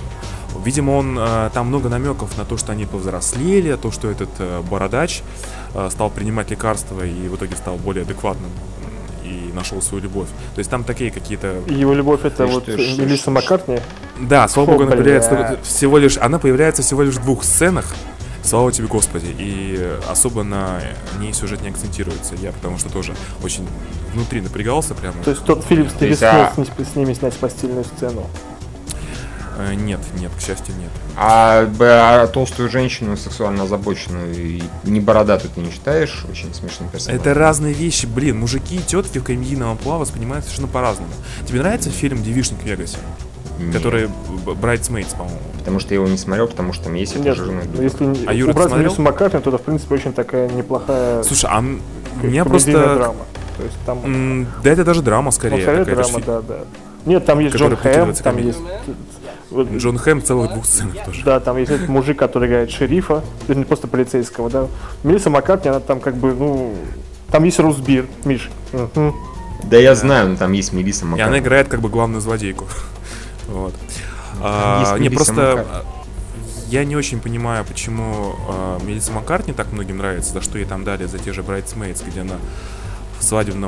Видимо, там много намеков на то, что они повзрослели, то, что этот бородач стал принимать лекарства и в итоге стал более адекватным и нашел свою любовь. То есть там такие какие-то... Его любовь — это Мелисса Маккартни? Да, слава богу, она появляется всего лишь в 2 сценах. Слава тебе, Господи. И особо на ней сюжет не акцентируется. Я потому что тоже очень внутри напрягался прямо. То есть тот фильм не рискнул с ними снять постельную сцену? Нет, к счастью, нет. А толстую женщину, сексуально озабоченную и не бородатую, ты не считаешь очень смешным персонажем? Это разные вещи, блин. Мужики и тетки в комедийном амплуа воспринимают совершенно по-разному. Тебе нравится фильм «Девичник в Вегасе»? Нет. Который Bridesmaids, по-моему. Потому что я его не смотрел, потому что там есть эта жирная дура. Если Юра, убрать Мелиссу Маккартни, то это, в принципе, очень такая неплохая... Слушай, у меня просто... драма. То есть там... Да это даже драма, скорее. Скорее драма, да. Нет, там есть Джон Хэм, там есть... Джон Хэм в целых 2 сценах тоже. Да, там есть этот мужик, который играет шерифа, не просто полицейского, да. Мелисса Маккартни, она там как бы, там есть Русбир, Миш. Да я знаю, но там есть Мелисса Маккартни. И она играет как бы главную злодейку. Вот. Не, просто я не очень понимаю, почему Мелисса Маккартни так многим нравится, за что ей там дали за те же Bridesmaids, где она в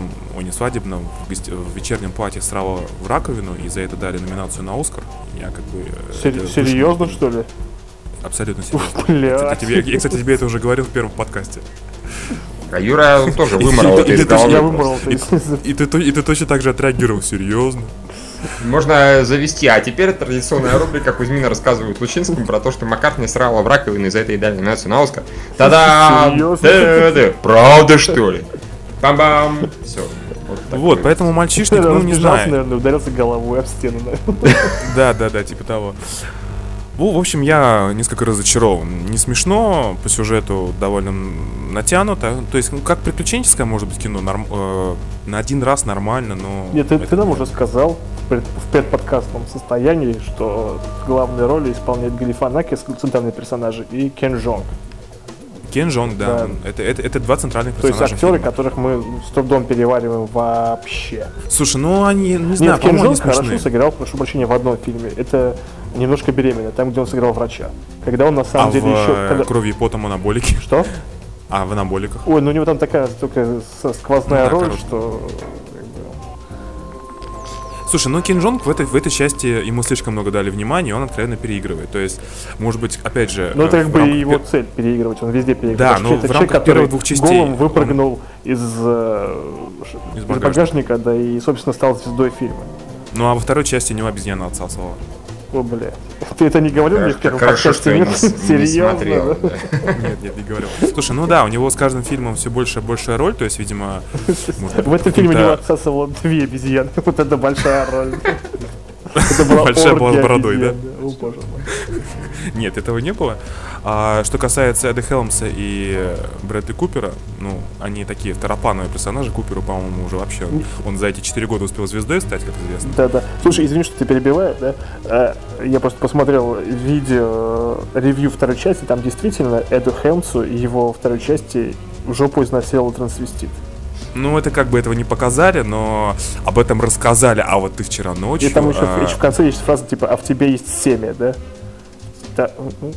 вечернем платье срала в раковину, и за это дали номинацию на Оскар. Я как бы... Серьезно, что ли? Абсолютно серьезно. Я, кстати, тебе это уже говорил в первом подкасте. А Юра тоже выморал это из головы. Я выморал это. И ты точно так же отреагировал. Серьезно? Можно завести. А теперь традиционная рубрика Кузьмина рассказывает Лучинскому про то, что Маккартни срала в раковину, и за это ей дали номинацию на Оскар. Та-дам! Серьезно? Правда, что ли? Бам-бам! Все. Вот, поэтому мальчишник, ну не знаю. Наверное, ударился головой об стену, наверное. Да, типа того. Ну, в общем, я несколько разочарован. Не смешно, по сюжету довольно натянуто. То есть, ну, как приключенческое, может быть, кино, на один раз нормально, но... Нет, ты нам уже сказал в предподкастном состоянии, что главные роли исполняет Галифанакис, центральные персонажи, и Кен Жонг. Кен Жонг, да. Это два центральных персонажа. То есть актеры, фильма, которых мы с трудом перевариваем вообще. Слушай, ну они, не знаю, Нет, Кен по-моему, Жонг они хорошо смешные. сыграл, прошу прощения, в одном фильме. Это «Немножко беременна», там, где он сыграл врача. Когда он на самом деле еще... в «Крови и потом» анаболики? Что? А, в анаболиках. Ой, ну у него там такая только сквозная роль, короче. что... Слушай, ну Кен Жонг в этой части ему слишком много дали внимания, и он откровенно переигрывает. То есть, может быть, опять же... Ну это как в бы рамках его цель переигрывать, он везде переигрывает. Да, Потому но что в это рамках человек, первых который двух частей голым выпрыгнул из багажника, да, и, собственно, стал звездой фильма. Ну а во второй части у него обезьяна отсасывала. О, блядь. Ты это не говорил мне в первом Хорошо, что я подкасте? не смотрел. Серьезно? Нет, не говорил. Слушай, ну да, у него с каждым фильмом все больше и большая роль, то есть, видимо... В этом фильме него отсасывало 2 обезьяны. Вот это большая роль. Это была Большая была с оргия бородой, да? обезьян, О, боже мой. Нет, этого не было. А что касается Эда Хелмса и Брэдли Купера, ну, они такие второплановые персонажи. Куперу, по-моему, уже вообще... Он за эти 4 года успел звездой стать, как известно. Да. Слушай, извини, что ты перебиваю, да? Я просто посмотрел видео, ревью второй части, там действительно Эду Хелмсу и его второй части в жопу изнасиловал трансвестит. Ну, это как бы этого не показали, но об этом рассказали. А вот ты вчера ночью... И там еще в конце есть фраза типа «а в тебе есть семя», да? Да.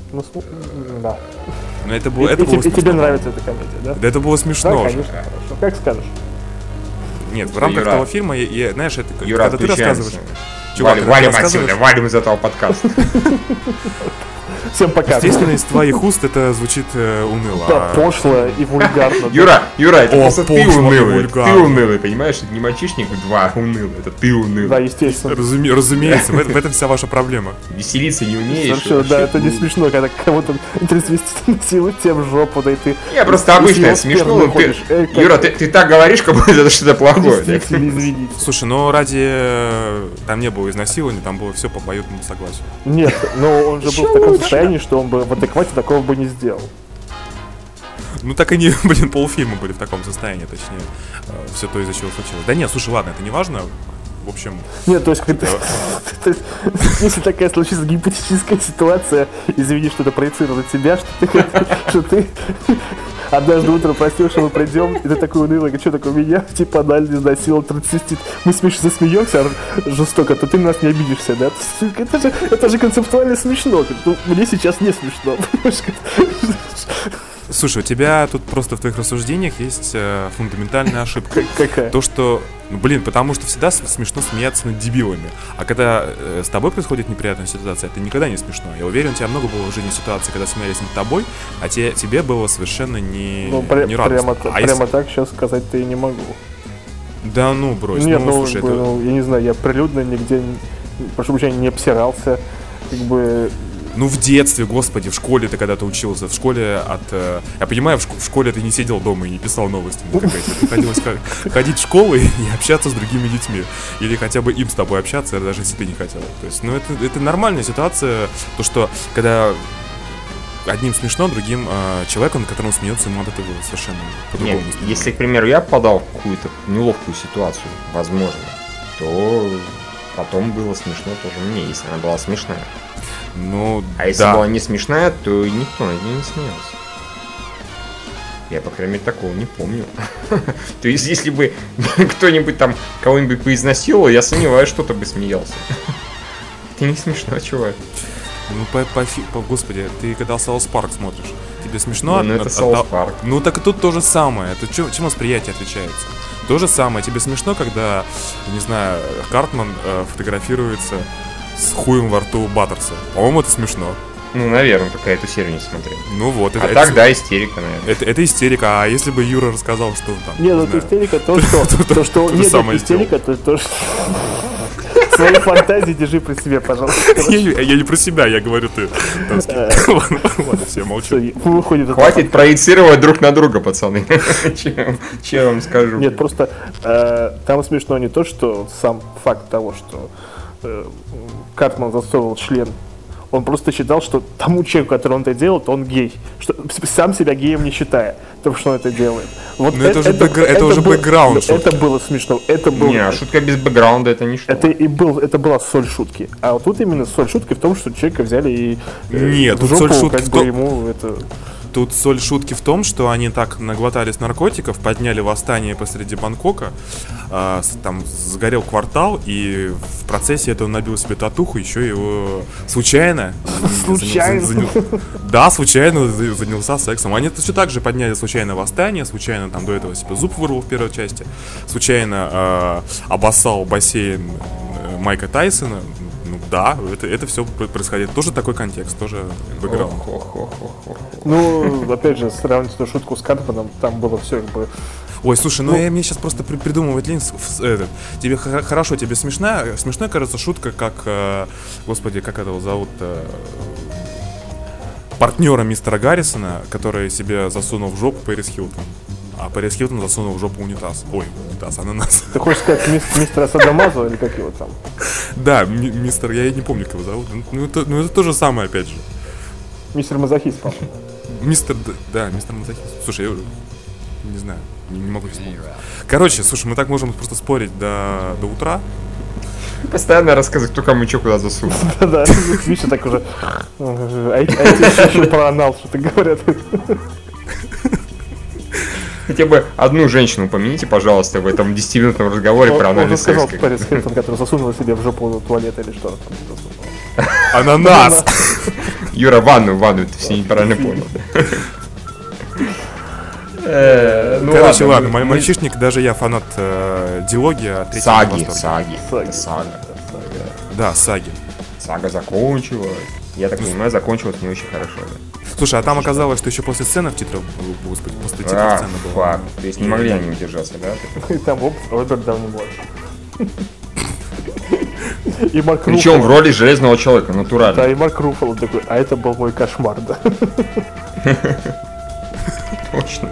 Да. Ну, это было И смешно. тебе нравится эта комедия, да? Да это было смешно Да, уже. конечно, хорошо. Как скажешь. Нет, в рамках Юра. того фильма, знаешь, это Юра, когда ты отключаемся. рассказываешь... Чувак, когда ты Валим рассказываешь- отсюда, валим из этого подкаста. Всем пока. Естественно, из твоих уст это звучит уныло. Да, пошло и вульгарно. Юра, это О, просто ты пошло и унылый. вульгарно. Ты унылый, понимаешь? Это не мальчишник 2 унылый, это ты Да, унылый. естественно. Разумеется, в этом вся ваша проблема. Веселиться не умеешь. Совершенно, да, вообще. это не смешно, когда кого-то трансвестит насилует тебе в жопу, да и ты... Не, просто обычно это смешно. Но ты, Юра, ты так говоришь, как будто это что-то плохое. да? Извините. Слушай, ну ради... Там не было изнасилования, там было все по обоюдному согласию. Нет, но он же был в таком состоянии, что он бы в адеквате такого бы не сделал. Ну так они, полфильма были в таком состоянии, точнее. Все то, из-за чего случилось. Да нет, слушай, ладно, это не важно. В общем... Нет, то есть, если такая случится гипотетическая ситуация, извини, что это проецировано на тебя, что ты однажды утром проснешься, мы придем, и ты такой унылый, что такое, меня, типа, анально изнасиловал трансвестит. Мы смешно засмеемся жестоко, то ты на нас не обидишься, да? Это же концептуально смешно. Мне сейчас не смешно. Слушай, у тебя тут просто в твоих рассуждениях есть фундаментальная ошибка. Какая? То, что, потому что всегда смешно смеяться над дебилами. А когда с тобой происходит неприятная ситуация, это никогда не смешно. Я уверен, у тебя много было в жизни ситуаций, когда смеялись над тобой, а тебе было совершенно не радостно. Прямо так сейчас сказать-то и не могу. Да ну, брось. Нет, слушай, я не знаю, я прилюдно нигде, прошу прощения, не обсирался, как бы... Ну, в детстве, господи, в школе ты когда-то учился, в школе я понимаю, в школе ты не сидел дома и не писал новости, но тебе приходилось ходить в школу и общаться с другими детьми. Или хотя бы им с тобой общаться, даже если ты не хотел. То есть, ну, это нормальная ситуация, то, что когда одним смешно, другим человеком, на котором смеется, ему от этого совершенно по-другому. Нет, если, к примеру, я попадал в какую-то неловкую ситуацию, возможно, то потом было смешно тоже мне, если она была смешная. Ну, а если была не смешная, то никто над ней не смеялся. Я, по крайней мере, такого не помню. То есть, если бы кто-нибудь там кого-нибудь поизнасиловал, я сомневаюсь, что-то бы смеялся. Это не смешно, чувак. Ну, господи, ты когда Саус Парк смотришь, тебе смешно? Ну, это Саус Парк. Ну, так и тут то же самое. Это чем восприятие отличается? То же самое. Тебе смешно, когда, не знаю, Картман фотографируется с хуем во рту Баттерса. По-моему, это смешно. Ну, наверное, только эту серию не смотрел. Ну вот. Тогда истерика, наверное. Это истерика. А если бы Юра рассказал, что там... Нет, ну это истерика, то, что... Нет, истерика, то, что... Свои фантазии держи при себе, пожалуйста. Я не про себя, я говорю ты. Ладно, все, молчу. Хватит проецировать друг на друга, пацаны. Чем я вам скажу? Нет, просто там смешно не то, что сам факт того, что Картман засовывал член. Он просто считал, что тому человеку, который он это делает, он гей. Что, сам себя геем не считая, то, что он это делает. Вот но это уже бэкграунд шутки. Это было смешно. Это было... Не, шутка без бэкграунда это не что. Это была соль шутки. А вот тут именно соль шутки в том, что человека взяли и нет, в тут жопу, соль шутки как бы ему это... Тут соль шутки в том, что они так наглотались наркотиков, подняли восстание посреди Бангкока, там сгорел квартал, и в процессе этого набил себе татуху, еще его случайно... Да, случайно занялся сексом. Они все так же подняли случайно восстание, случайно там до этого себе зуб вырвал в первой части, случайно обоссал бассейн Майка Тайсона. Ну да, это все происходит. Тоже такой контекст, тоже бэкграунд. Ну, опять же, сравнить эту шутку с Картманом, там было все как бы... Ой, слушай, мне сейчас просто придумывать лень. Тебе хорошо, тебе смешная кажется шутка, как, господи, как этого зовут, партнера мистера Гаррисона, который себе засунул в жопу Пэрис Хилтон. А Пэрис Хилтон засунул в жопу унитаз. Ой, унитаз, ананас. Ты хочешь сказать мистера Садамазу или как его там? Да, мистер, я не помню, как его зовут. Ну это то же самое, опять же. Мистер Мазохист, по-моему. Мистер Мазохист. Слушай, я не знаю, не могу вспомнить. Короче, слушай, мы так можем просто спорить до утра. Постоянно рассказывать, кто кому что куда засунул. Да, Миша так уже... А эти еще про анал что-то говорят. Хотя бы одну женщину упомяните, пожалуйста, в этом 10-минутном разговоре про анальный секс. Он сказал Пэрис Хилтон, который засунул себе в жопу туалет или что-то там. Ананас! Юра, ванну, ты все неправильно понял. Короче, ладно, мальчишник, даже я фанат дилогии. Саги. Да, саги. Сага закончилась. Я так понимаю, закончилась не очень хорошо. Слушай, а там оказалось, что еще после сцены титров, господи, после титров сцены была. То есть не могли они удержаться, да? И там Роберт Дауни-младший. И Марк Причем Руффало. в роли Железного Человека, натурально. Да, и Марк Руффало такой, а это был мой кошмар, да. Точно.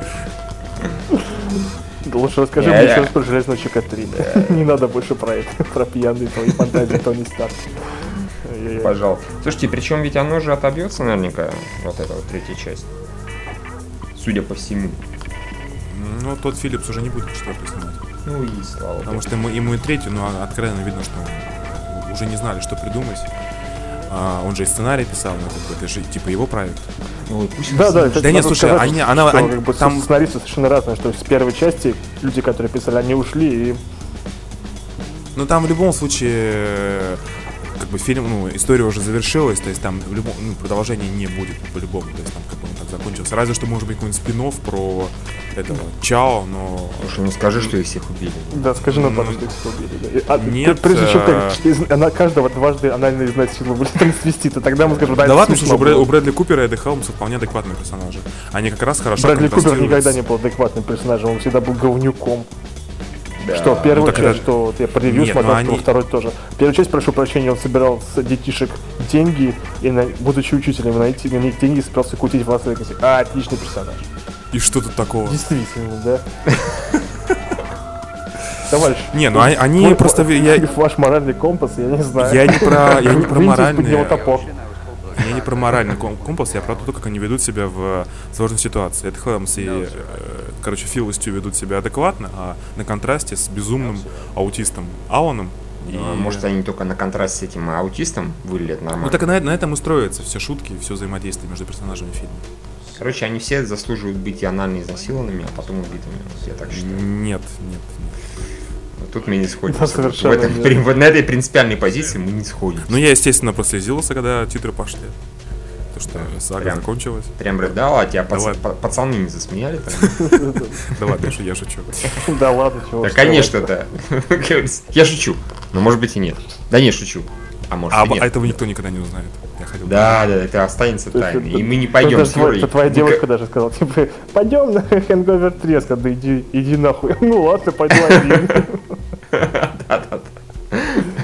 Лучше расскажи мне еще раз про Железного Человека 3. Не надо больше про это, про пьяные твои фантазии Тони Старк. Пожалуйста. Слушайте, причем ведь оно же отобьется наверняка, вот эта вот третья часть. Судя по всему. Ну, тот Филлипс уже не будет четвертую снимать. Ну и слава богу. Потому что ему и третью, но откровенно видно, что уже не знали, что придумать. Он же и сценарий писал, но это же типа его проект. Ой, пусть Да, да нет, слушай, там сценаристы совершенно разные, что с первой части люди, которые писали, они ушли и... Ну там в любом случае как бы фильм, история уже завершилась, то есть там в любом, продолжения не будет по-любому, то есть там как бы он так закончился. Разве что может быть какой-нибудь спин-офф про этого Чао, но... Слушай, не скажи, что их всех убили. Да, скажи нам, что их всех убили. Да. Нет. Прежде чем она каждого дважды анально изнасиловали, трансвестита, тогда мы скажем, да ладно, слушай, у Брэдли Купера и Эдди Хелмса вполне адекватные персонажи. Они как раз хорошо Брэдли Купер никогда не был адекватным персонажем, он всегда был говнюком. Да. Что, первую часть, что вот я по ревью смотрел, что второй тоже. Первую часть, прошу прощения, он собирал с детишек деньги, и, будучи учителем, на них деньги собирался кутить в Лас-Вегасе. Отличный персонаж. И что тут такого? Действительно, да. Товарищ. Не, ну они просто... Ваш моральный компас, я не знаю. Я не про моральный... Я не про моральный компас, я про то, как они ведут себя в сложной ситуации. Это Хелмс и, Фил и Стю ведут себя адекватно, а на контрасте с безумным аутистом Аланом. Может, они только на контрасте с этим аутистом выглядят нормально. Ну так на этом и строятся все шутки, все взаимодействие между персонажами фильма. Короче, они все заслуживают быть анально изнасилованными, а потом убитыми. Я так считаю. Нет. Тут мы не сходимся. Да, на этой принципиальной позиции мы не сходимся. Ну, я, естественно, прослезился, когда титры пошли. Потому что сага закончилась. Прям рыдал, а тебя пацаны не засмеяли? Да ладно, я шучу. Да ладно, чего. Да, конечно, да. Я шучу, но может быть и нет. Да не, шучу. А может и нет. А этого никто никогда не узнает. Да, это останется тайной. И мы не пойдем с Юрой. Твоя девушка даже сказала, типа, пойдем на Hangover 3, я сказал, да иди нахуй. Ну ладно, пойду один. Да.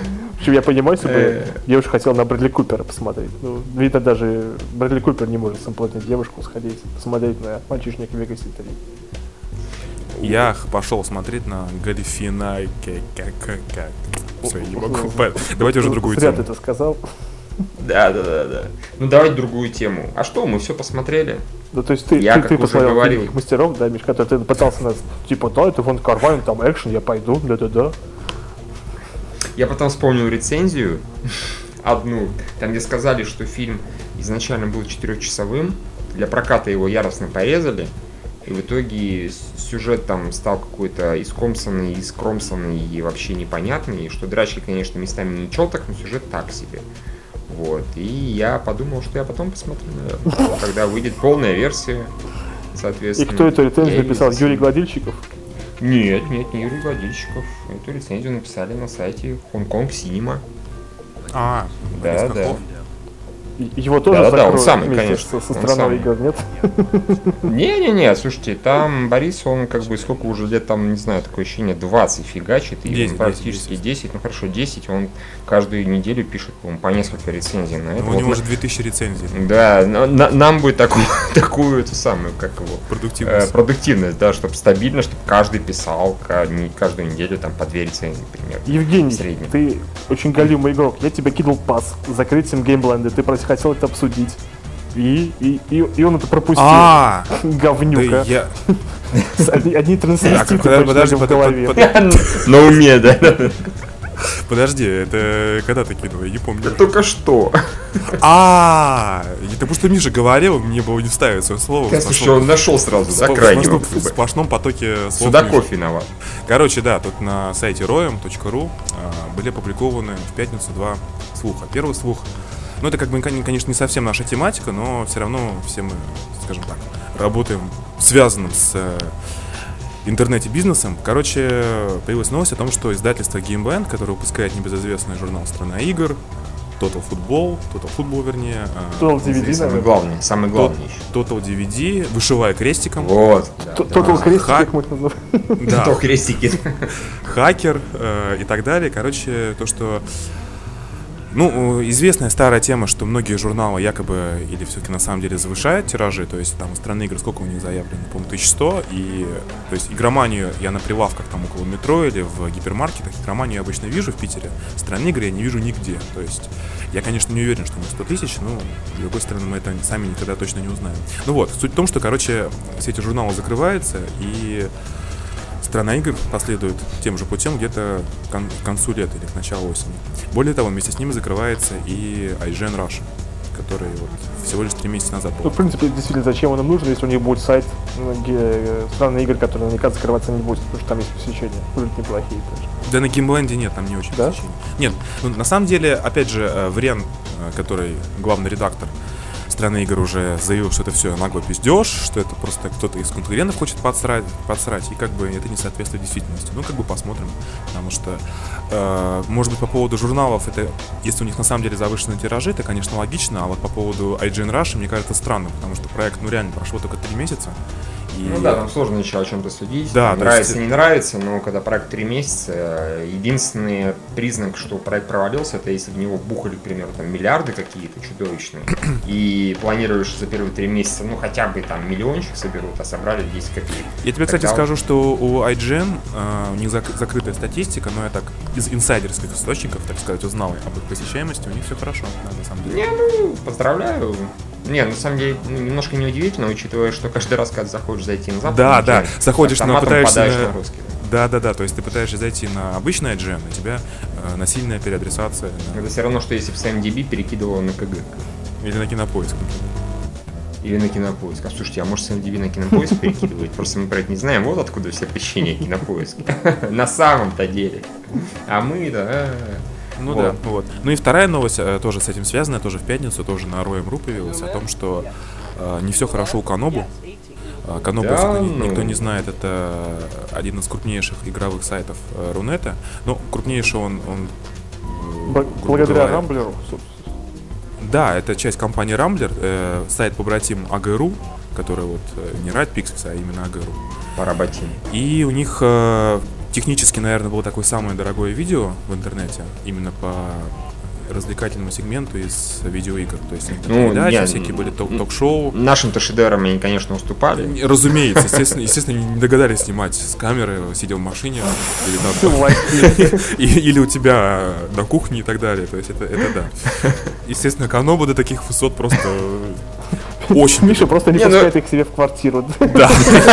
общем, я понимаю, если бы девушка хотела на Брэдли Купера посмотреть. Ну, видно, даже Брэдли Купер не может соблазнить девушку сходить, посмотреть на «Мальчишник в Вегасе 3». Я пошел смотреть на Гольфинай. Все, я не могу. Давайте уже другую Зря тему. ты это сказал. Да. Ну давайте другую тему. А что, мы все посмотрели? Ну, то есть ты посмотрел «Великих мастеров», да, Миш, который ты пытался нас, типа, да, это Фон Кар-вайл, там экшен, я пойду, да. Я потом вспомнил рецензию одну, там где сказали, что фильм изначально был 4-часовым, для проката его яростно порезали, и в итоге сюжет там стал какой-то искромсанный и вообще непонятный, и что драчки, конечно, местами не чёток, но сюжет так себе. Вот, и я подумал, что я потом посмотрю, наверное, когда выйдет полная версия, соответственно. И кто эту рецензию написал? Юрий Гладильщиков? Нет, не Юрий Гладильщиков. Эту рецензию написали на сайте Hong Kong Cinema. Да. Его тоже закроют он самый, вместе конечно, со страной игр, нет? Не, слушайте, там Борис, он как бы сколько уже лет, там, не знаю, такое ощущение, 20 фигачит, и 10, он практически 10, ну хорошо, 10, он каждую неделю пишет, по-моему, по несколько рецензий на это. У него уже 2000 рецензий. Да, нам будет такую эту самую, как его... Продуктивность, да, чтобы стабильно, чтобы каждый писал каждую неделю там по 2 рецензии, например. Евгений, ты очень галимый игрок, я тебе кинул пас с закрытием геймбленда, ты хотел это обсудить. И он это пропустил. Говнюка. Одни трансвеститы точно в голове. На уме, да. Подожди, это когда ты кинул? Я не помню. Только что. Это просто Миша говорил, мне было не вставить свое слово. Слушай, он нашел сразу, да, крайнего. В сплошном потоке слов. Судаков виноват. Короче, да, тут на сайте roem.ru были опубликованы в пятницу 2 слуха. Первый слух, ну это как бы, конечно, не совсем наша тематика, но все равно все мы, скажем так, работаем связанным с интернете-бизнесом. Короче, появилась новость о том, что издательство GameBand, которое выпускает небезызвестный журнал «Страна игр», Total Football, вернее. Total DVD, самый главный еще. Total DVD, вышивая крестиком. Вот. Total крестик, как мы это называем. Да. Total крестики. Хакер и так далее. Короче, то, что... Ну, известная старая тема, что многие журналы якобы или все-таки на самом деле завышают тиражи, то есть там у «Страны игр» сколько у них заявлено, по-моему, 1100, и то есть игроманию я на прилавках там около метро или в гипермаркетах, игроманию я обычно вижу в Питере, «Страны игр» я не вижу нигде, то есть я, конечно, не уверен, что у них 100 тысяч, но с другой стороны мы это сами никогда точно не узнаем. Ну вот, суть в том, что, короче, все эти журналы закрываются, и «Страна игр» последует тем же путем где-то к концу лета или к началу осени. Более того, вместе с ними закрывается и IGN Russia, который вот всего лишь 3 месяца назад был. Ну, в принципе, действительно, зачем он им нужен, если у них будет сайт «Страны игр», который наверняка закрываться не будет, потому что там есть посещения, будут неплохие тоже. Да на Геймленде нет, там не очень посещений. Нет, ну, на самом деле, опять же, Врен, который главный редактор «Страны игр», уже заявил, что это все нагло пиздеж, что это просто кто-то из конкурентов хочет подсрать, и как бы это не соответствует действительности. Ну, как бы посмотрим, потому что, может быть, по поводу журналов, это, если у них на самом деле завышенные тиражи, это, конечно, логично, а вот по поводу IGN Russia, мне кажется, странно, потому что проект, ну, реально прошло только 3 месяца. И... Ну да, там сложно еще о чем-то судить. Да, нравится, не нравится, но когда проект 3 месяца, единственный признак, что проект провалился, это если в него бухали, к примеру, там миллиарды какие-то чудовищные, и планируешь за первые 3 месяца, ну хотя бы там миллиончик соберут, а собрали 10 копеек. Я тебе, кстати, скажу, что у IGN, у них закрытая статистика, но я так из инсайдерских источников, так сказать, узнал об их посещаемости, у них все хорошо, да, на самом деле. Ну, поздравляю. Не, на самом деле, немножко неудивительно, учитывая, что каждый раз, когда захочешь зайти на запад, да, заходишь на пытаешься на русский. Да, то есть ты пытаешься зайти на обычный IGN, у тебя насильная переадресация. Это все равно, что если бы с MDB перекидывало на КГ. Или на Кинопоиск. Или на Кинопоиск. А слушайте, а может с MDB на Кинопоиск перекидывать? Просто мы про это не знаем. Вот откуда все посещения Кинопоиска. На самом-то деле. А мы-то... Ну вот. Да, вот. Ну и вторая новость, тоже с этим связанная, тоже в пятницу, тоже на Roem.ru появилась, о том, что не все хорошо у Канобу. Канобу, да, никто не знает, это один из крупнейших игровых сайтов Рунета. Ну, крупнейший он благодаря Рамблеру, собственно. Да, это часть компании Рамблер, сайт побратим АГ.ру, который вот не Red Pixels, а именно АГ.ру. Поработим. И у них технически, наверное, было такое самое дорогое видео в интернете, именно по развлекательному сегменту из видеоигр. То есть передачи, всякие были ток-шоу. Нашим-то шедеврам они, конечно, уступали. Разумеется, естественно, не догадались снимать с камеры, сидел в машине или у тебя на кухне и так далее. То есть это да. Естественно, Канобу до таких высот просто очень... Миша просто не пускает их к себе в квартиру. Да.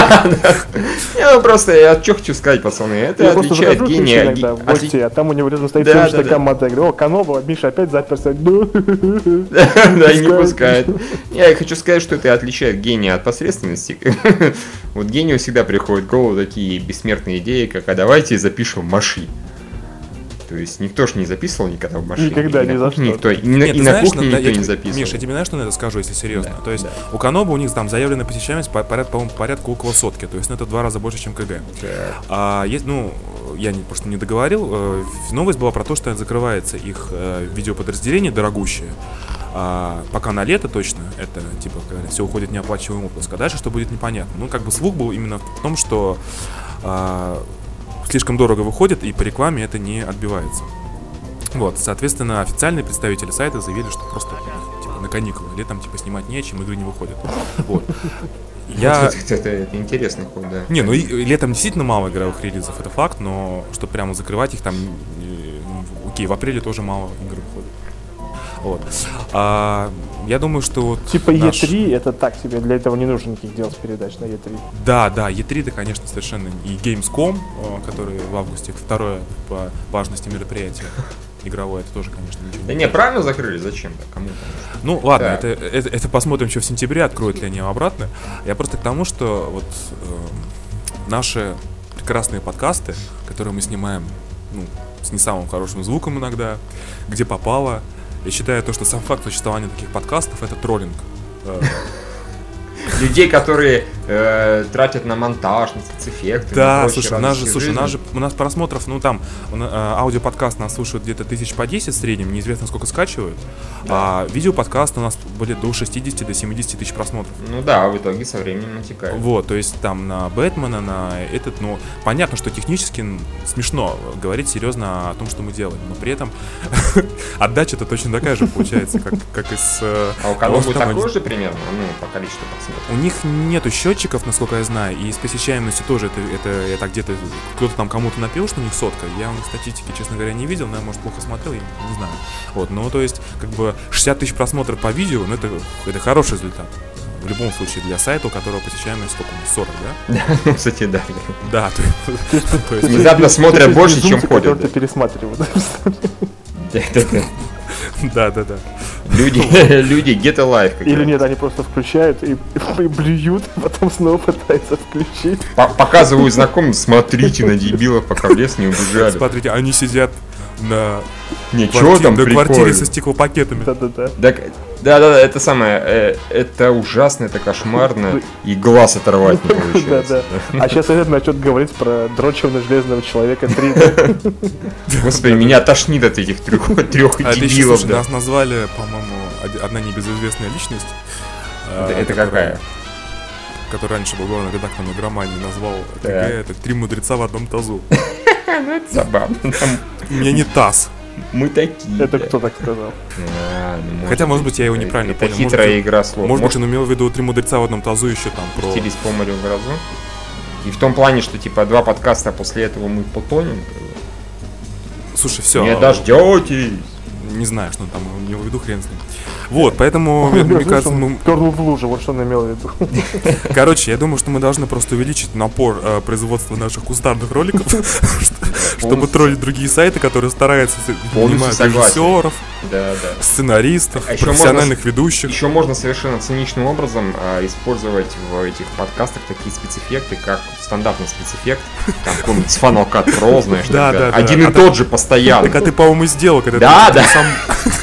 Я что хочу сказать, пацаны, это отличает гения. А там у него рядом стоит такая модель. О, Канобу, Миша опять заперся. Да, и не пускает. Я хочу сказать, что это отличает гения от посредственности. Вот гению всегда приходят в голову такие бессмертные идеи, как «а давайте запишем Маши». То есть никто ж не записывал никогда в машине. Никогда, ни за что. Никто, и на кухне никто не записывал. Миша, я тебе знаешь, что на это скажу, если серьезно? То есть у Канобу у них там заявленная посещаемость по-моему, порядка около 100. То есть это в 2 раза больше, чем КГ. Есть, я просто не договорил. Новость была про то, что закрывается их видеоподразделение дорогущее. Пока на лето точно, это типа когда все уходит в неоплачиваемый отпуск. А дальше что будет непонятно. Слух был именно в том, что слишком дорого выходит, и по рекламе это не отбивается. Вот, соответственно, официальные представители сайта заявили, что просто на каникулы, летом снимать не о чем, игры не выходят. Вот. Это интересный ход, да. Не, летом действительно мало игровых релизов, это факт, но что прямо закрывать их там, окей, в апреле тоже мало игр выходит. Вот. Я думаю, что типа E3 это так себе, для этого не нужно никаких делать передач на E3. Да, E3 это, конечно, совершенно. И Gamescom, который в августе, второе по важности мероприятие игровое, это тоже, конечно, ничего. Да не, правильно закрыли, зачем-то, кому-то. Ладно, это посмотрим, что в сентябре, откроют ли они обратно. Я просто к тому, что наши прекрасные подкасты, которые мы снимаем, с не самым хорошим звуком иногда, где попало. Я считаю то, что сам факт существования таких подкастов — это троллинг. Людей, которые тратят на монтаж, на спецэффекты. Да, слушай, у нас просмотров, аудиоподкаст нас слушают где-то 1000 по 10 в среднем, неизвестно сколько скачивают, а видеоподкаст у нас были до 60, до 70 тысяч просмотров. В итоге со временем натекает. Вот, то есть там на Бэтмена, на этот, понятно, что технически смешно говорить серьезно о том, что мы делаем, но при этом отдача-то точно такая же получается, как из... А у Канобу такой же примерно, по количеству просмотров? У них нету счетчиков, насколько я знаю, и с посещаемостью тоже это я так где-то кто-то там кому-то напел, что у них 100. Я у них статистики, честно говоря, не видел, но я, может, плохо смотрел, я не знаю. Вот, то есть, 60 тысяч просмотров по видео, это хороший результат. В любом случае, для сайта, у которого посещаемость сколько? 40, да? Да, кстати, да. Да, то есть внезапно смотрят больше, чем ходят. Ты пересматривал. Да. Люди get alive. Или нет, они просто включают и блюют, потом снова пытаются включить. Показывают знакомым, смотрите на дебилов, пока в лес не убежали. Смотрите, они сидят на квартире со стеклопакетами. Да, это самое, это ужасно, это кошмарно, и глаз оторвать не получается. А сейчас этот начнет говорить про дрочевного железного человека 3. Господи, меня тошнит от этих трех дебилов. Нас назвали, по-моему, одна небезызвестная личность. Это какая? Который раньше был главным редактором игромании, назвал это 3 мудреца в одном тазу. Ну это забавно. У меня не таз. Мы такие. Это кто так сказал? Хотя, может быть, я его неправильно понял. Это хитрая игра слов. Может быть, он имел в виду 3 мудреца в одном тазу еще там про... Стились по морю в грозу. И в том плане, что типа 2 подкаста, а после этого мы потонем. Слушай, все. Не дождетесь. Не знаю, что он там имел в виду, хрен с ним. Вот, поэтому, мне кажется, мы... Пёрнул в лужу, вот что он имел в виду. Короче, я думаю, что мы должны просто увеличить напор производства наших кустарных роликов, чтобы троллить другие сайты, которые стараются нанимать режиссеров, сценаристов, профессиональных ведущих. Еще можно совершенно циничным образом использовать в этих подкастах такие спецэффекты, как стандартный спецэффект, там какой-нибудь Final Cut Pro, знаешь, один и тот же постоянно. Так, а ты, по-моему, сделал, когда да. ты сам...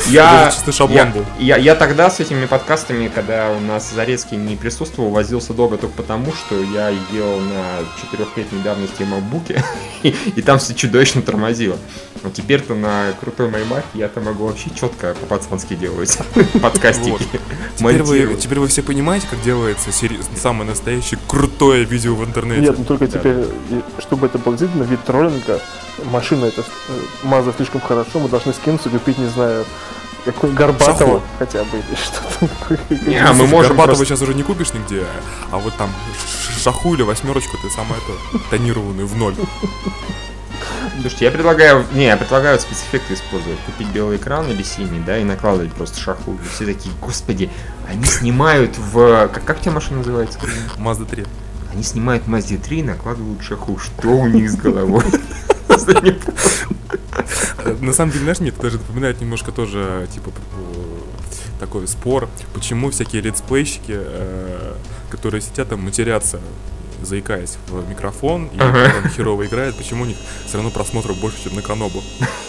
Это чисто шаблон был. Я тогда с этими подкастами, когда у нас Зарецкий не присутствовал, возился долго только потому, что я ел на 4-летней давности MacBook'е, и там все чудовищно тормозило. Но теперь-то на крутой MyMac я-то могу вообще четко по-пацански делать подкастики. Теперь вы все понимаете, как делается самое настоящее крутое видео в интернете? Нет, ну только теперь, чтобы это был действительно вид троллинга, машина это Mazda слишком хорошо, мы должны скинуться и купить, не знаю, какой Горбатова Шаху. хотя бы или что-то. Не, мы можем Горбатова просто... сейчас уже не купишь нигде, а вот там шаху или 8 ты самое то тонированную в 0. Слушайте, я предлагаю спецэффекты использовать. Купить белый экран или синий, да, и накладывать просто шаху. И все такие, господи, они снимают в... Как у тебя машина называется? Mazda 3. Они снимают в Mazda 3 и накладывают шаху. Что у них с головой? На самом деле, знаешь, мне это даже напоминает немножко тоже, типа, такой спор, почему всякие летсплейщики, которые сидят там, матерятся, заикаясь в микрофон, и там херово играет, почему у них все равно просмотров больше, чем на Канобу.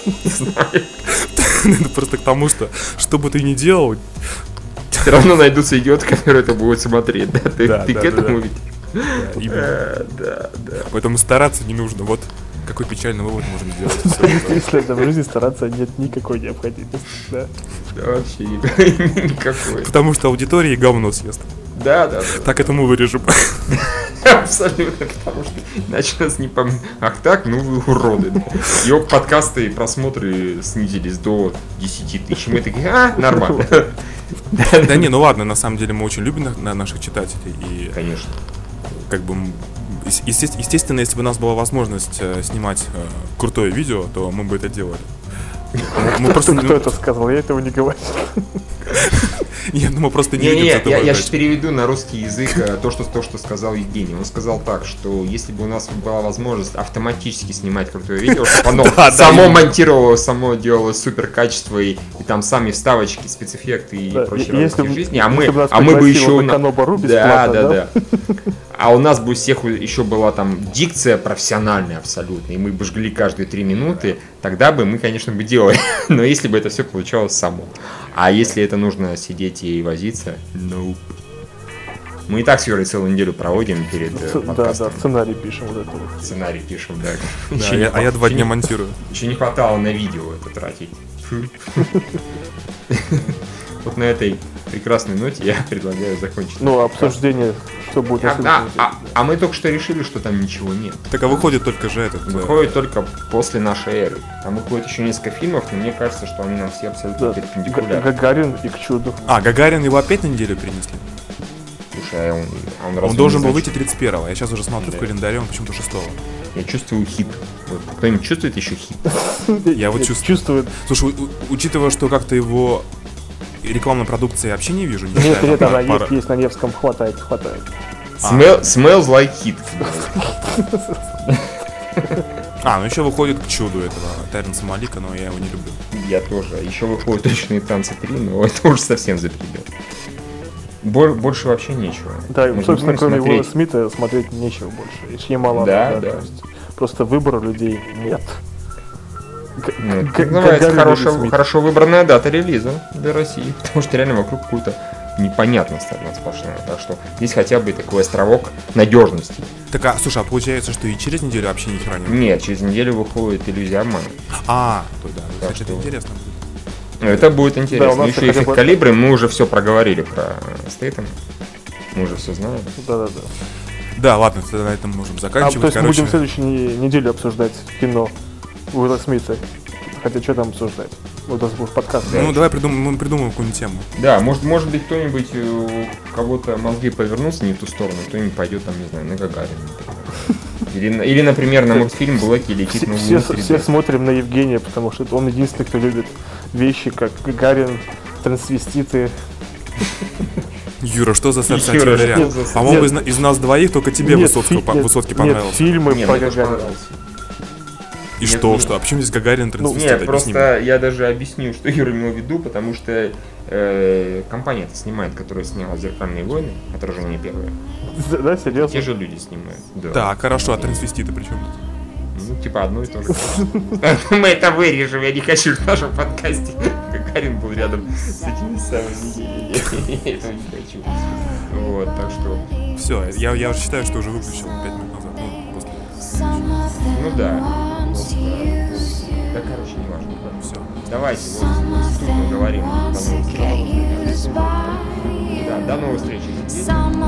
Это просто к тому, что бы ты ни делал... Все равно найдутся идиоты, которые это будут смотреть, да? Ты к этому ведь... Да. Поэтому стараться не нужно. Вот какой печальный вывод можем сделать. Если это в жизни стараться нет никакой необходимости, да? Да, вообще никакой. Потому что аудитория говно съест. Да. Так это мы вырежем. Абсолютно, потому что иначе нас не пом... Ах так, ну вы уроды. Его подкасты и просмотры снизились до 10 тысяч. Мы такие, нормально. Да не, ну ладно, на самом деле мы очень любим наших читателей. И, конечно. как бы, естественно, если бы у нас была возможность снимать крутое видео, то мы бы это делали. Кто это сказал? Я этого не говорил. Нет, мы просто не видим этого. Я сейчас переведу на русский язык то, что сказал Евгений. Он сказал так, что если бы у нас была возможность автоматически снимать крутое видео, чтобы оно само монтировало, само делало супер качество и там сами вставочки, спецэффекты и прочие радости жизни, а мы бы еще... Да. А у нас бы у всех еще была там дикция профессиональная абсолютно, и мы бы жгли каждые 3 минуты, тогда бы мы, конечно, бы делали. Но если бы это все получалось само. А если это нужно сидеть и возиться, nope. Мы и так с Юрой целую неделю проводим перед подкастом. Да, сценарий пишем вот это вот. Сценарий пишем, да. А я 2 дня монтирую. Еще не хватало на видео это тратить. Вот на этой прекрасной ноте я предлагаю закончить. Ну, обсуждение, что будет на следующей неделе. А мы только что решили, что там ничего нет. Так, а выходит только же этот... Выходит только после нашей эры. Там выходит еще несколько фильмов, но мне кажется, что они нам все абсолютно перпендикулярны. Гагарин и К чуду. Гагарин его опять на неделю перенесли? Слушай, он должен был выйти 31-го. Я сейчас уже смотрю в календаре, он почему-то 6-го. Я чувствую хит. Кто-нибудь чувствует еще хит? Я вот чувствую. Слушай, учитывая, что как-то его... рекламной продукции я вообще не вижу. Нет, она есть на Невском, хватает. Smells like hit. Ну еще выходит К чуду этого Терренса Малика, но я его не люблю. Я тоже. Еще выходят «Точные танцы 3», но это уже совсем за предел. Больше вообще нечего. Да, собственно, кроме Уилла Смита смотреть нечего больше. И Шьямалана, да. Просто выбора людей нет. Называется хорошо выбранная дата релиза для России. Потому что реально вокруг какую-то непонятность одна сплошная. Так что здесь хотя бы такой островок надежности. Так, слушай, получается, что и через неделю вообще ни хера не... Нет, через неделю выходит «Иллюзия обмана». Значит, это интересно будет. Это будет интересно. Еще «Эффект Колибри», мы уже все проговорили про Стейтема. Мы уже все знаем. Да. Да, ладно, тогда на этом можем заканчивать. То есть мы будем в следующей неделе обсуждать кино Уилла Смита. Хотя что там обсуждать? Вот у нас будет подкаст. Ну, давай придумаем какую-нибудь тему. Да, может быть, кто-нибудь, у кого-то мозги повернутся не в ту сторону, кто-нибудь пойдет там, не знаю, на Гагарина. Или, например, на мультфильм «Блэки» летит на Луну. Все смотрим на Евгения, потому что он единственный, кто любит вещи, как Гагарин, трансвеститы. Юра, что за ассоциативный вариант? По-моему, из нас двоих только тебе Высоцкий понравился. Нет, фильмы про Гагарина. И что? А почему здесь Гагарин трансвестит? Нет, просто я даже объясню, что Юра имел в виду, потому что компания это снимает, которая сняла «Зеркальные войны», отражение первое. Да, серьезно? Те же люди снимают. Так, хорошо, а трансвеститы при чем тут? Ну, типа одно и то же. Мы это вырежем, я не хочу в нашем подкасте. Гагарин был рядом с этими самыми. Я этого не хочу. Вот, так что... Все, я уже считаю, что уже выключил 5 минут назад. Ну, после. Ну да. Да, короче, не важно. Все. Давайте, вот тут мы говорим. Да, до новых встреч.